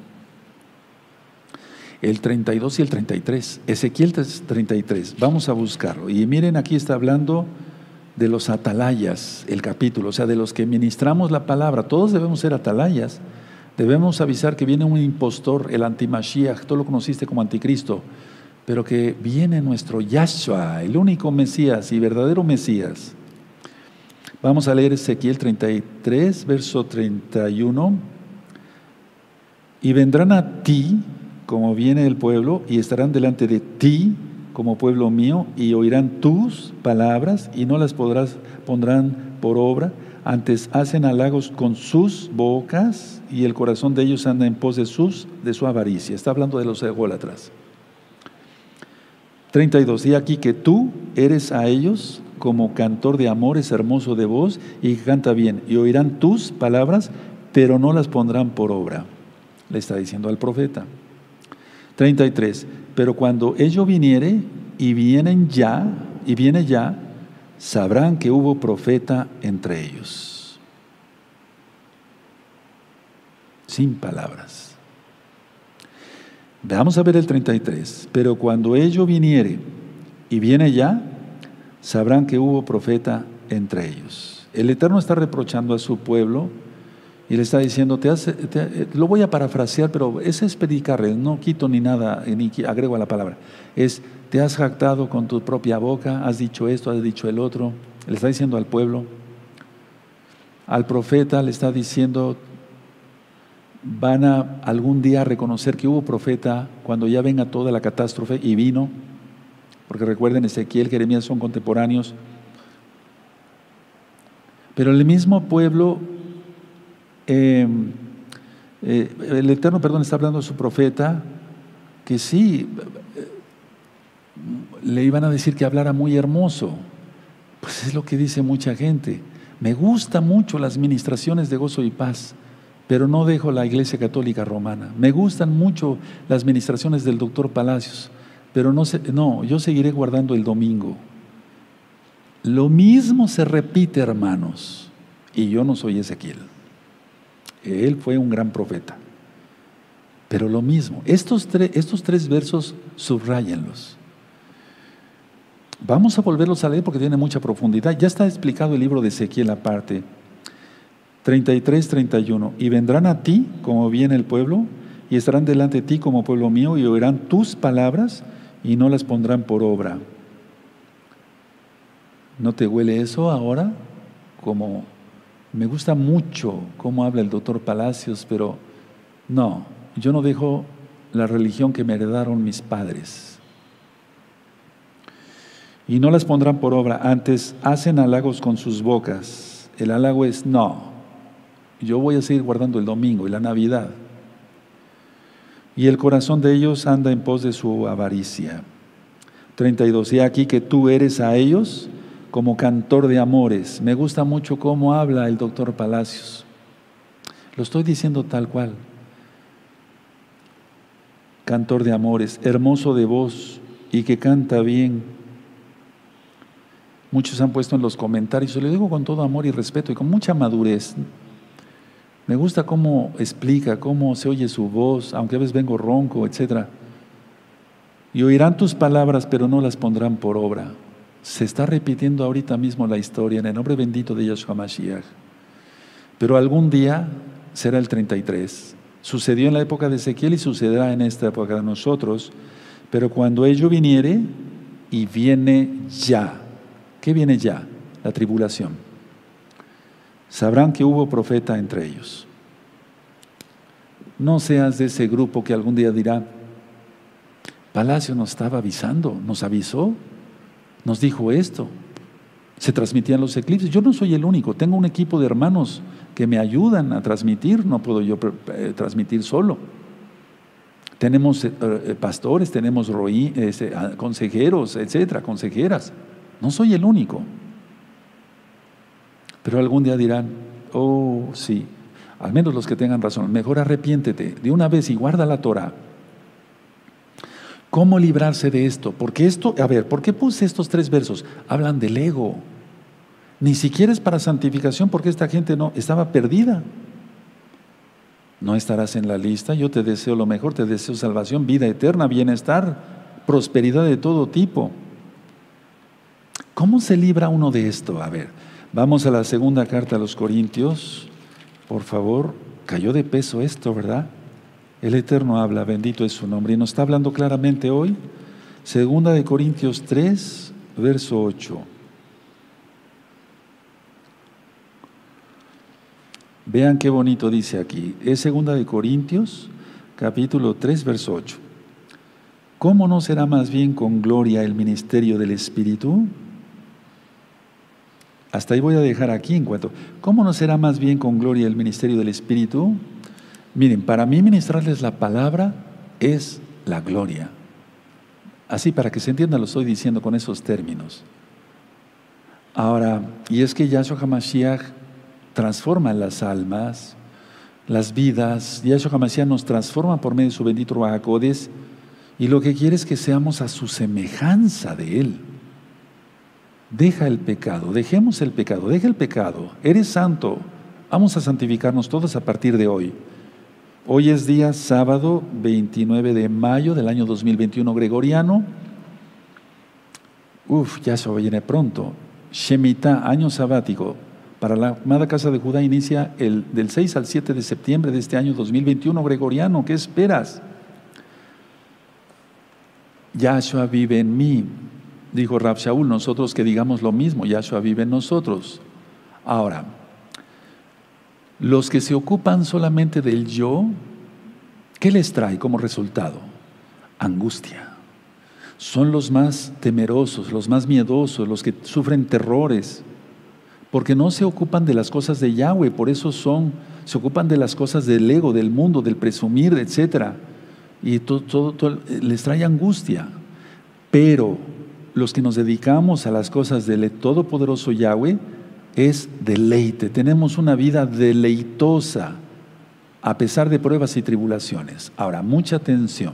el 32 y el 33. Ezequiel 33, vamos a buscarlo. Y miren, aquí está hablando de los atalayas, el capítulo, o sea, de los que ministramos la palabra. Todos debemos ser atalayas. Debemos avisar que viene un impostor, el antimashiach, tú lo conociste como anticristo, pero que viene nuestro Yahshua, el único Mesías y verdadero Mesías. Vamos a leer Ezequiel 33, verso 31. Y vendrán a ti, como viene el pueblo, y estarán delante de ti, como pueblo mío, y oirán tus palabras, y no las pondrán por obra. Antes hacen halagos con sus bocas, y el corazón de ellos anda en pos de su avaricia. Está hablando de los ególatras. 32. Y aquí que tú eres a ellos como cantor de amores, hermoso de voz, y que canta bien, y oirán tus palabras, pero no las pondrán por obra. Le está diciendo al profeta. 33. Pero cuando ello viniere, y viene ya, sabrán que hubo profeta entre ellos. Sin palabras. Vamos a ver el 33. Pero cuando ello viniere y viene ya, sabrán que hubo profeta entre ellos. El Eterno está reprochando a su pueblo y le está diciendo, lo voy a parafrasear, pero ese es predicarle, no quito ni nada, ni agrego a la palabra. Te has jactado con tu propia boca, has dicho esto, has dicho el otro. Le está diciendo al pueblo. Al profeta le está diciendo, van a algún día reconocer que hubo profeta cuando ya venga toda la catástrofe, y vino, porque recuerden, Ezequiel, Jeremías son contemporáneos. Pero el mismo pueblo, el Eterno, está hablando a su profeta, que sí, le iban a decir que hablara muy hermoso. Pues es lo que dice mucha gente. Me gustan mucho las ministraciones de gozo y paz, pero no dejo la Iglesia Católica Romana. Me gustan mucho las ministraciones del doctor Palacios, pero yo seguiré guardando el domingo. Lo mismo se repite, hermanos, y yo no soy Ezequiel. Él fue un gran profeta, pero lo mismo. Estos tres versos, subráyenlos. Vamos a volverlos a leer porque tiene mucha profundidad. Ya está explicado el libro de Ezequiel aparte. 33, 31. Y vendrán a ti como viene el pueblo, y estarán delante de ti como pueblo mío, y oirán tus palabras y no las pondrán por obra. ¿No te huele eso ahora? Como me gusta mucho cómo habla el doctor Palacios, pero no, yo no dejo la religión que me heredaron mis padres. Y no las pondrán por obra, antes hacen halagos con sus bocas. El halago es no, yo voy a seguir guardando el domingo y la Navidad. Y el corazón de ellos anda en pos de su avaricia. 32. Y aquí que tú eres a ellos como cantor de amores. Me gusta mucho cómo habla el doctor Palacios. Lo estoy diciendo tal cual. Cantor de amores, hermoso de voz y que canta bien. Muchos han puesto en los comentarios, yo le digo con todo amor y respeto y con mucha madurez. Me gusta cómo explica, cómo se oye su voz, aunque a veces vengo ronco, etc. Y oirán tus palabras, pero no las pondrán por obra. Se está repitiendo ahorita mismo la historia en el nombre bendito de Yahshua Mashiach. Pero algún día será el 33. Sucedió en la época de Ezequiel y sucederá en esta época de nosotros. Pero cuando ello viniere, y viene ya. ¿Qué viene ya? La tribulación. Sabrán que hubo profeta entre ellos. No seas de ese grupo que algún día dirá, Palacio nos estaba avisando, nos avisó, nos dijo esto. Se transmitían los eclipses. Yo no soy el único, tengo un equipo de hermanos que me ayudan a transmitir, no puedo yo transmitir solo. Tenemos pastores, tenemos consejeros, etcétera, consejeras. No soy el único. Pero algún día dirán, oh sí, al menos los que tengan razón, mejor arrepiéntete de una vez y guarda la Torah. ¿Cómo librarse de esto? Porque esto, a ver, ¿por qué puse estos 3 versos? Hablan del ego. Ni siquiera es para santificación, porque esta gente no estaba perdida. No estarás en la lista. Yo te deseo lo mejor, te deseo salvación, vida eterna, bienestar, prosperidad de todo tipo. ¿Cómo se libra uno de esto? A ver, vamos a la segunda carta a los Corintios. Por favor, cayó de peso esto, ¿verdad? El Eterno habla, bendito es su nombre, y nos está hablando claramente hoy. Segunda de Corintios 3, verso 8. Vean qué bonito dice aquí. Es segunda de Corintios, capítulo 3, verso 8. ¿Cómo no será más bien con gloria el ministerio del Espíritu? Hasta ahí voy a dejar aquí en cuanto. ¿Cómo no será más bien con gloria el ministerio del Espíritu? Miren, para mí ministrarles la palabra es la gloria. Así, para que se entienda, lo estoy diciendo con esos términos. Ahora, y es que Yahshua HaMashiach transforma las almas, las vidas. Yahshua HaMashiach nos transforma por medio de su bendito Ruach HaKodesh, y lo que quiere es que seamos a su semejanza de Él. Deja el pecado, dejemos el pecado, deja el pecado. Eres santo, vamos a santificarnos todos a partir de hoy. Hoy es día sábado 29 de mayo del año 2021 gregoriano. Ya se viene pronto. Shemitah, año sabático. Para la amada casa de Judá inicia del 6 al 7 de septiembre de este año 2021 gregoriano. ¿Qué esperas? Yahshua vive en mí. Dijo Rab Shaul, nosotros que digamos lo mismo, Yahshua vive en nosotros. Ahora, los que se ocupan solamente del yo, ¿qué les trae como resultado? Angustia. Son los más temerosos, los más miedosos, los que sufren terrores, porque no se ocupan de las cosas de Yahweh, por eso se ocupan de las cosas del ego, del mundo, del presumir, etc. Y todo les trae angustia. Pero los que nos dedicamos a las cosas del todopoderoso Yahweh, es deleite, tenemos una vida deleitosa a pesar de pruebas y tribulaciones. Ahora, mucha atención.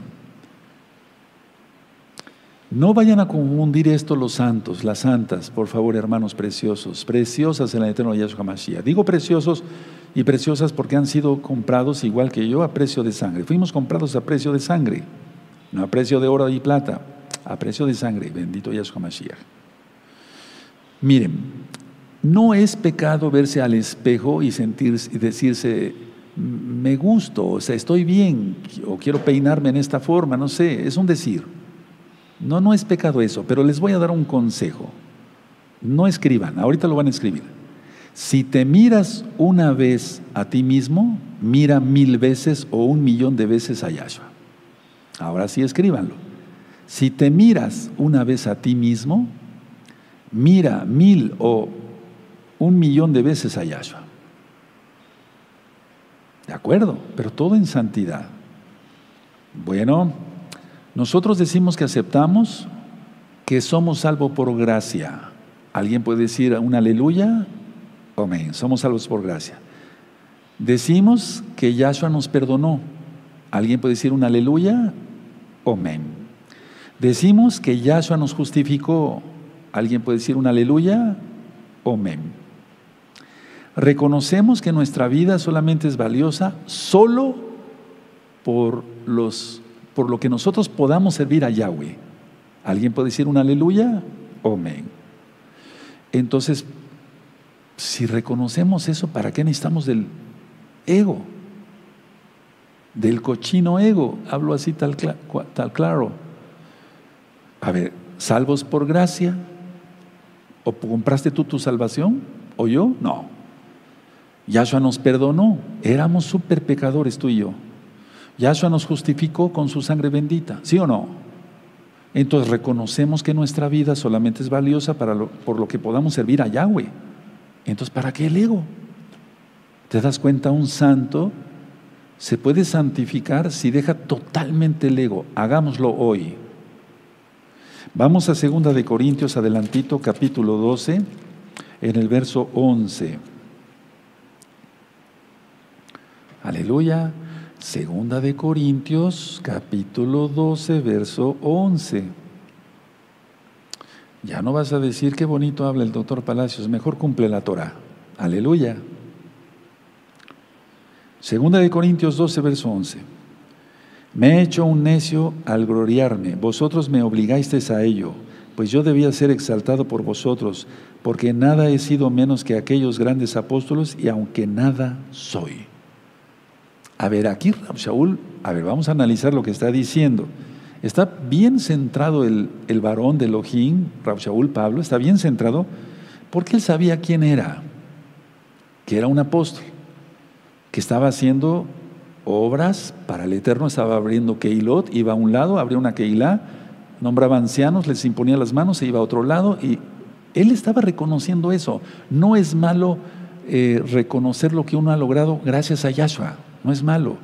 No vayan a confundir esto los santos, las santas, por favor, hermanos preciosos, preciosas en el eterno Yahshua HaMashiach. Digo preciosos y preciosas porque han sido comprados igual que yo a precio de sangre. Fuimos comprados a precio de sangre, no a precio de oro y plata, a precio de sangre, bendito Yahshua HaMashiach. Miren, no es pecado verse al espejo y decirse, me gusto, o sea, estoy bien, o quiero peinarme en esta forma, no sé, es un decir. No es pecado eso, pero les voy a dar un consejo. No escriban, ahorita lo van a escribir. Si te miras una vez a ti mismo, mira 1000 veces o 1.000.000 de veces a Yahshua. Ahora sí escríbanlo. Si te miras una vez a ti mismo, mira 1000 o 1.000.000 de veces a Yahshua. ¿De acuerdo? Pero todo en santidad. Bueno, nosotros decimos que aceptamos que somos salvos por gracia. ¿Alguien puede decir un aleluya? Amén. Somos salvos por gracia. Decimos que Yahshua nos perdonó. ¿Alguien puede decir un aleluya? Amén. Decimos que Yahshua nos justificó. ¿Alguien puede decir un aleluya? Amén. Reconocemos que nuestra vida solamente es valiosa solo por lo que nosotros podamos servir a Yahweh. ¿Alguien puede decir un aleluya? Amén. Entonces, si reconocemos eso, ¿para qué necesitamos del ego? del cochino ego. Hablo así tal claro. A ver, ¿salvos por gracia? ¿O compraste tú tu salvación? ¿O yo? No. Yahshua nos perdonó. Éramos súper pecadores tú y yo. Yahshua nos justificó con su sangre bendita. ¿Sí o no? Entonces reconocemos que nuestra vida solamente es valiosa por lo que podamos servir a Yahweh. Entonces, ¿para qué el ego? ¿Te das cuenta? Un santo se puede santificar si deja totalmente el ego. Hagámoslo hoy. Vamos a 2 de Corintios, adelantito, capítulo 12, en el verso 11. Aleluya. 2 de Corintios, capítulo 12, verso 11. Ya no vas a decir qué bonito habla el doctor Palacios, mejor cumple la Torah. Aleluya. 2 de Corintios 12, verso 11. Me he hecho un necio al gloriarme, vosotros me obligasteis a ello, pues yo debía ser exaltado por vosotros, porque nada he sido menos que aquellos grandes apóstoles y aunque nada soy. A ver, aquí Rab Shaul, vamos a analizar lo que está diciendo. Está bien centrado el varón de Elohim, Rab Shaul Pablo, está bien centrado porque él sabía quién era, que era un apóstol, que estaba haciendo obras para el Eterno, estaba abriendo Keilot, iba a un lado, abría una Keilá, nombraba ancianos, les imponía las manos, se iba a otro lado y él estaba reconociendo eso. No es malo reconocer lo que uno ha logrado gracias a Yahshua, no es malo.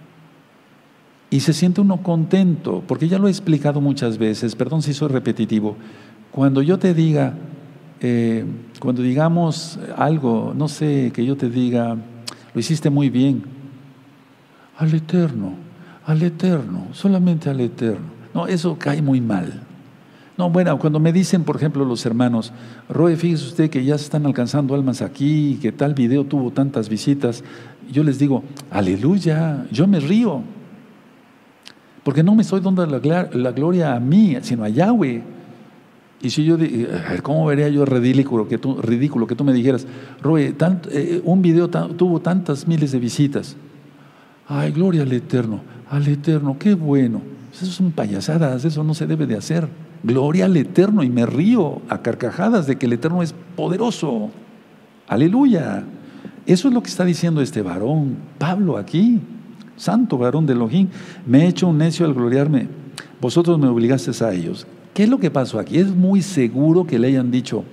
Y se siente uno contento, porque ya lo he explicado muchas veces, perdón si soy repetitivo, cuando yo te diga, cuando digamos algo, no sé, que yo te diga, lo hiciste muy bien, al Eterno, solamente al Eterno. No, eso cae muy mal. No, bueno, cuando me dicen, por ejemplo, los hermanos, Roe, fíjese usted que ya se están alcanzando almas aquí, que tal video tuvo tantas visitas, yo les digo, aleluya, yo me río, porque no me estoy dando la gloria a mí, sino a Yahweh. Y si yo digo, ¿cómo vería yo ridículo que tú me dijeras, Roe, un video tuvo tantas miles de visitas? Ay, gloria al Eterno, qué bueno. Eso son payasadas, eso no se debe de hacer. Gloria al Eterno, y me río a carcajadas de que el Eterno es poderoso. Aleluya. Eso es lo que está diciendo este varón, Pablo aquí, santo varón de Elohim. Me he hecho un necio al gloriarme, vosotros me obligasteis a ellos. ¿Qué es lo que pasó aquí? Es muy seguro que le hayan dicho,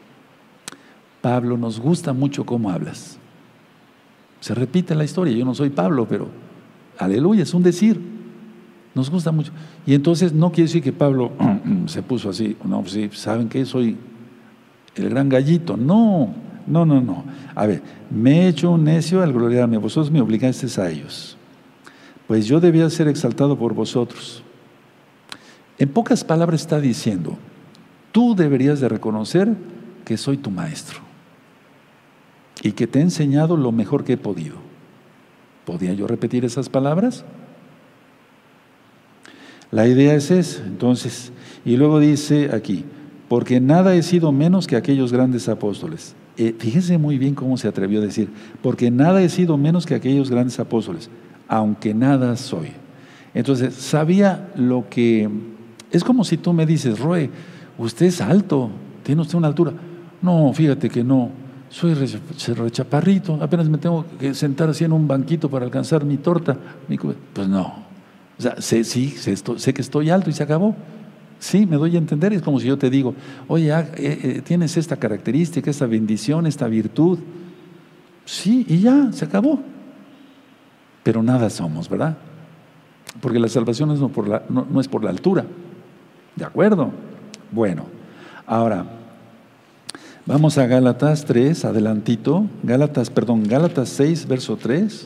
Pablo, nos gusta mucho cómo hablas. Se repite la historia, yo no soy Pablo, pero aleluya, es un decir, nos gusta mucho. Y entonces no quiere decir que Pablo se puso así, no, pues sí, ¿saben qué? Soy el gran gallito. No. A ver, me he hecho un necio al gloriarme, vosotros me obligasteis a ellos, pues yo debía ser exaltado por vosotros. En pocas palabras está diciendo, tú deberías de reconocer que soy tu maestro y que te he enseñado lo mejor que he podido. ¿Podía yo repetir esas palabras? La idea es esa, entonces, y luego dice aquí, porque nada he sido menos que aquellos grandes apóstoles. Fíjense muy bien cómo se atrevió a decir, porque nada he sido menos que aquellos grandes apóstoles, aunque nada soy. Entonces, sabía lo que... Es como si tú me dices, Roe, usted es alto, tiene usted una altura. No, fíjate que no, soy rechaparrito, apenas me tengo que sentar así en un banquito para alcanzar mi torta. Pues no, o sea, sé que estoy alto y se acabó. Sí, me doy a entender, es como si yo te digo, oye, tienes esta característica, esta bendición, esta virtud. Sí, y ya, se acabó. Pero nada somos, ¿verdad? Porque la salvación no es por la altura. ¿De acuerdo? Bueno, ahora, vamos a Gálatas 3, adelantito. Gálatas 6, verso 3.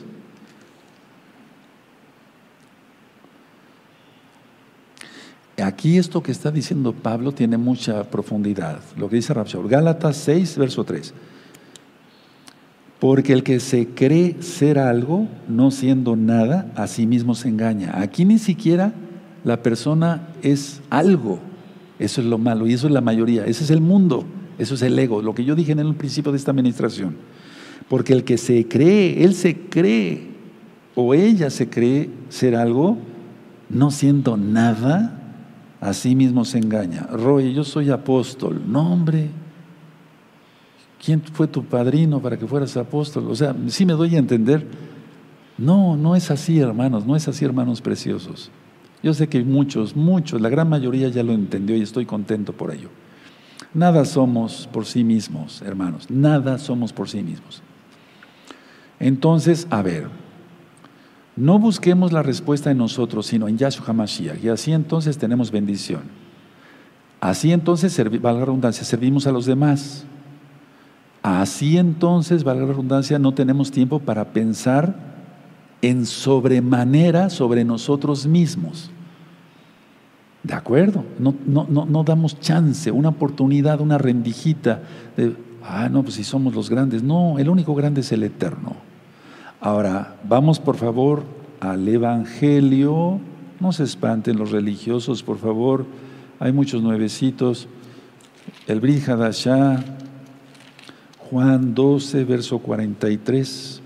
Aquí esto que está diciendo Pablo tiene mucha profundidad. Lo que dice Rab Shaul, Gálatas 6, verso 3. Porque el que se cree ser algo, no siendo nada, a sí mismo se engaña. Aquí ni siquiera la persona es algo. Eso es lo malo y eso es la mayoría. Ese es el mundo, eso es el ego, lo que yo dije en el principio de esta administración. Porque el que se cree, él se cree o ella se cree ser algo, no siendo nada, a sí mismo se engaña. Roy, yo soy apóstol. No, hombre, ¿quién fue tu padrino para que fueras apóstol? O sea, sí me doy a entender. No, no es así, hermanos, no es así, hermanos preciosos. Yo sé que muchos, la gran mayoría ya lo entendió y estoy contento por ello. Nada somos por sí mismos, hermanos, nada somos por sí mismos. Entonces, a ver, no busquemos la respuesta en nosotros, sino en Yahshua HaMashiach, y así entonces tenemos bendición. Así entonces, valga la redundancia, servimos a los demás. Así entonces, valga la redundancia, no tenemos tiempo para pensar en sobremanera sobre nosotros mismos. ¿De acuerdo? No damos chance, una oportunidad, una rendijita de, no, pues si somos los grandes. No, el único grande es el Eterno. Ahora, vamos por favor al Evangelio. No se espanten los religiosos, por favor. Hay muchos nuevecitos. El Brit Hadashah, Juan 12, verso 43.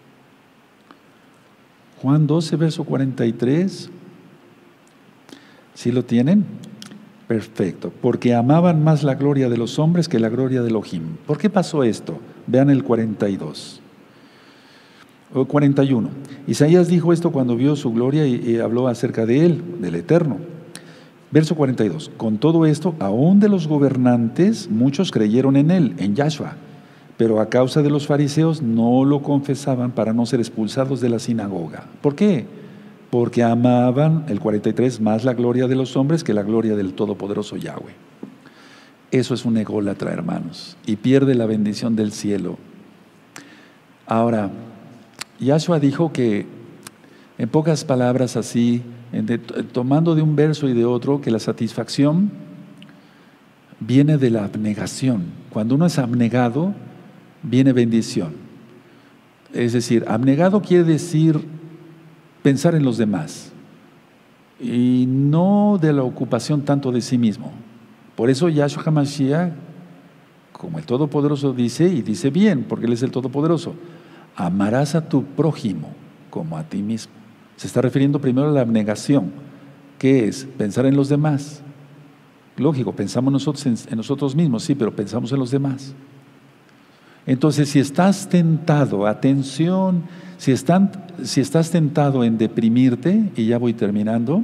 Juan 12, verso 43. ¿Sí lo tienen? Perfecto. Porque amaban más la gloria de los hombres que la gloria de Elohim. ¿Por qué pasó esto? Vean el 42. O 41. Isaías dijo esto cuando vio su gloria y habló acerca de él, del Eterno. Verso 42. Con todo esto, aún de los gobernantes, muchos creyeron en él, en Yahshua. Pero a causa de los fariseos no lo confesaban para no ser expulsados de la sinagoga. ¿Por qué? Porque amaban, el 43, más la gloria de los hombres que la gloria del Todopoderoso Yahweh. Eso es un ególatra, hermanos, y pierde la bendición del cielo. Ahora, Yahshua dijo que, en pocas palabras así, tomando de un verso y de otro, que la satisfacción viene de la abnegación. Cuando uno es abnegado, viene bendición. Es decir, abnegado quiere decir pensar en los demás y no de la ocupación tanto de sí mismo. Por eso Yahshua HaMashiach, como el Todopoderoso dice, y dice bien, porque Él es el Todopoderoso, amarás a tu prójimo como a ti mismo. Se está refiriendo primero a la abnegación, que es pensar en los demás. Lógico, pensamos nosotros en nosotros mismos, sí, pero pensamos en los demás. Entonces, si estás tentado, atención, si estás tentado en deprimirte, y ya voy terminando,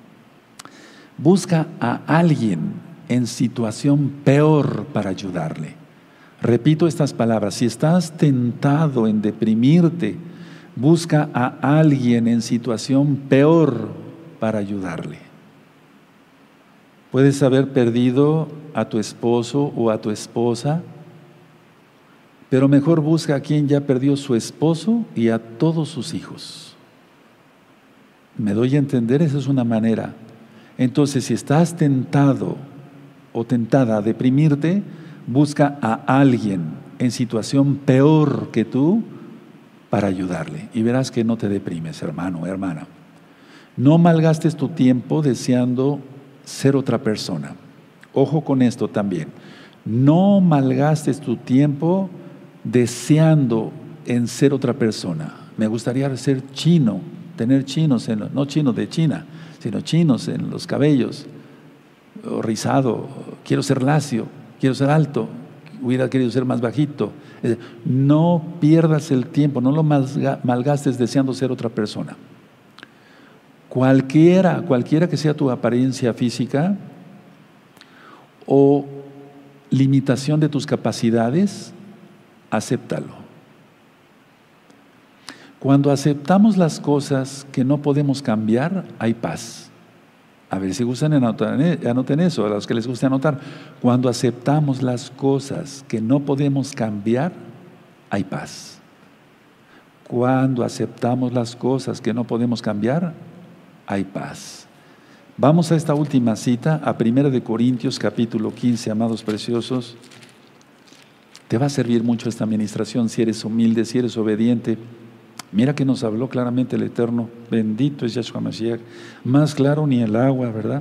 busca a alguien en situación peor para ayudarle. Repito estas palabras, si estás tentado en deprimirte, busca a alguien en situación peor para ayudarle. Puedes haber perdido a tu esposo o a tu esposa, pero mejor busca a quien ya perdió su esposo y a todos sus hijos. ¿Me doy a entender? Esa es una manera. Entonces, si estás tentado o tentada a deprimirte, busca a alguien en situación peor que tú para ayudarle. Y verás que no te deprimes, hermano, hermana. No malgastes tu tiempo deseando ser otra persona. Ojo con esto también. No malgastes tu tiempo deseando en ser otra persona. Me gustaría ser chino, tener chinos, no chinos de China, sino chinos en los cabellos, o rizado, quiero ser lacio, quiero ser alto, hubiera querido ser más bajito. No pierdas el tiempo, no lo malgastes deseando ser otra persona. Cualquiera que sea tu apariencia física o limitación de tus capacidades, acéptalo. Cuando aceptamos las cosas que no podemos cambiar, hay paz. A ver si gustan anoten eso, a los que les guste anotar. Cuando aceptamos las cosas que no podemos cambiar, hay paz. Cuando aceptamos las cosas que no podemos cambiar, hay paz. Vamos a esta última cita, a 1 Corintios capítulo 15, amados preciosos. Te va a servir mucho esta administración si eres humilde, si eres obediente. Mira que nos habló claramente el Eterno. Bendito es Yahshua Mashiach. Más claro ni el agua, ¿verdad?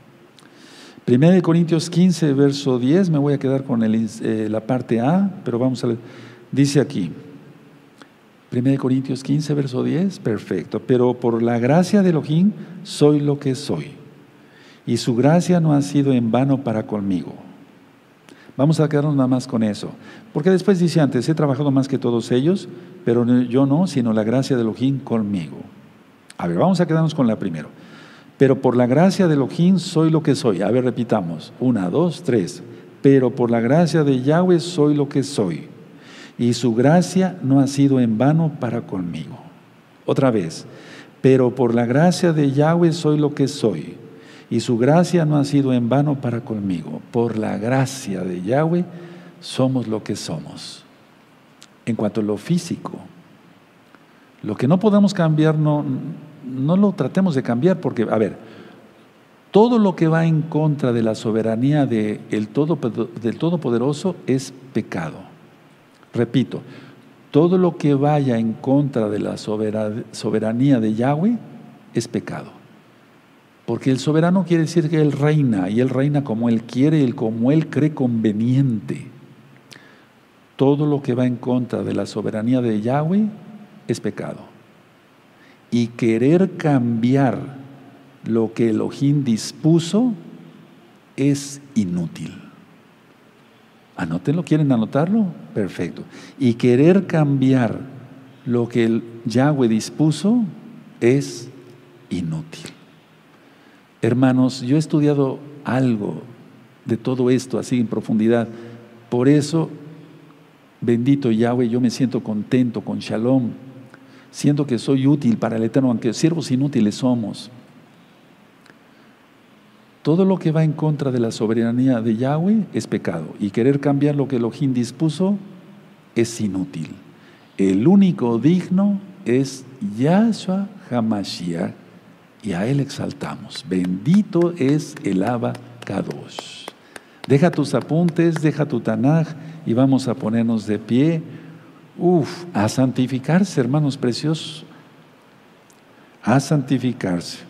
1 Corintios 15, verso 10. Me voy a quedar con la parte A, pero vamos a leer. Dice aquí: 1 Corintios 15, verso 10, perfecto. Pero por la gracia de Elohim soy lo que soy, y su gracia no ha sido en vano para conmigo. Vamos a quedarnos nada más con eso, porque después dice antes, he trabajado más que todos ellos, pero yo no, sino la gracia de Elohim conmigo. A ver, vamos a quedarnos con la primera. Pero por la gracia de Elohim soy lo que soy. A ver, repitamos. 1, 2, 3. Pero por la gracia de Yahweh soy lo que soy, y su gracia no ha sido en vano para conmigo. Otra vez. Pero por la gracia de Yahweh soy lo que soy, y su gracia no ha sido en vano para conmigo. Por la gracia de Yahweh somos lo que somos. En cuanto a lo físico, lo que no podemos cambiar, no lo tratemos de cambiar, porque, a ver, todo lo que va en contra de la soberanía del Todopoderoso es pecado. Repito, todo lo que vaya en contra de la soberanía de Yahweh es pecado. Porque el soberano quiere decir que Él reina, y Él reina como Él quiere y como Él cree conveniente. Todo lo que va en contra de la soberanía de Yahweh es pecado. Y querer cambiar lo que Elohim dispuso es inútil. Anótenlo, ¿quieren anotarlo? Perfecto. Y querer cambiar lo que el Yahweh dispuso es inútil. Hermanos, yo he estudiado algo de todo esto así en profundidad. Por eso, bendito Yahweh, yo me siento contento con Shalom. Siento que soy útil para el Eterno, aunque siervos inútiles somos. Todo lo que va en contra de la soberanía de Yahweh es pecado, y querer cambiar lo que Elohim dispuso es inútil. El único digno es Yahshua HaMashiach, y a Él exaltamos. Bendito es el Abba Kadosh. Deja tus apuntes, deja tu Tanaj, y vamos a ponernos de pie. A santificarse, hermanos preciosos, a santificarse.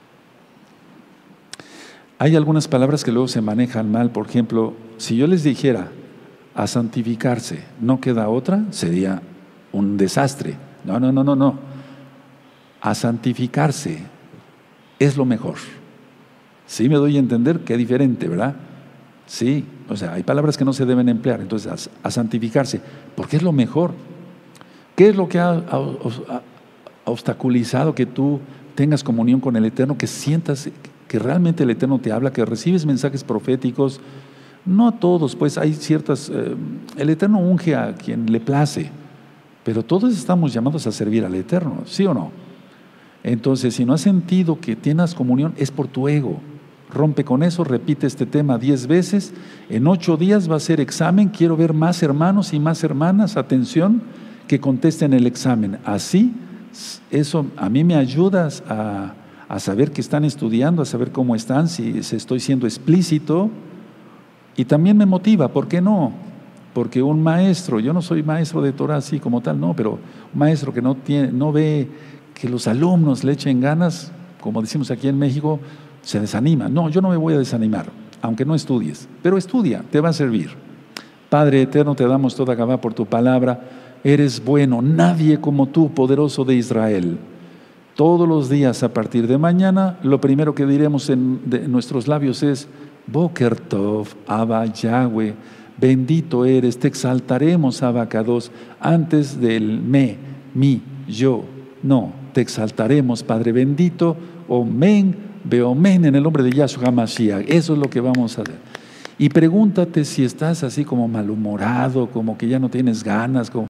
Hay algunas palabras que luego se manejan mal. Por ejemplo, si yo les dijera a santificarse, no queda otra, sería un desastre. No. A santificarse es lo mejor. Sí me doy a entender que es diferente, ¿verdad? Sí, o sea, hay palabras que no se deben emplear. Entonces, a santificarse, porque es lo mejor. ¿Qué es lo que ha obstaculizado que tú tengas comunión con el Eterno, que sientas que realmente el Eterno te habla, que recibes mensajes proféticos? No a todos, pues hay ciertas, el Eterno unge a quien le place, pero todos estamos llamados a servir al Eterno, ¿sí o no? Entonces, si no has sentido que tienes comunión, es por tu ego. Rompe con eso, repite este tema 10 veces. En 8 días va a ser examen. Quiero ver más hermanos y más hermanas, atención, que contesten el examen. Así, eso a mí me ayuda a saber que están estudiando, a saber cómo están, si estoy siendo explícito, y también me motiva. ¿Por qué no? Porque un maestro, yo no soy maestro de Torah así como tal, no, pero un maestro que no ve que los alumnos le echen ganas, como decimos aquí en México, se desanima. No, yo no me voy a desanimar, aunque no estudies, pero estudia, te va a servir. Padre eterno, te damos toda Gabá por tu palabra. Eres bueno, nadie como tú, poderoso de Israel. Todos los días a partir de mañana, lo primero que diremos de nuestros labios es Boker Tov, Abba Yahweh, bendito eres, te exaltaremos, Abba Kadosh, antes del mi, yo, no, te exaltaremos, Padre bendito, Omen, Beomen, en el nombre de Yahshua HaMashiach. Eso es lo que vamos a hacer. Y pregúntate si estás así como malhumorado, como que ya no tienes ganas, como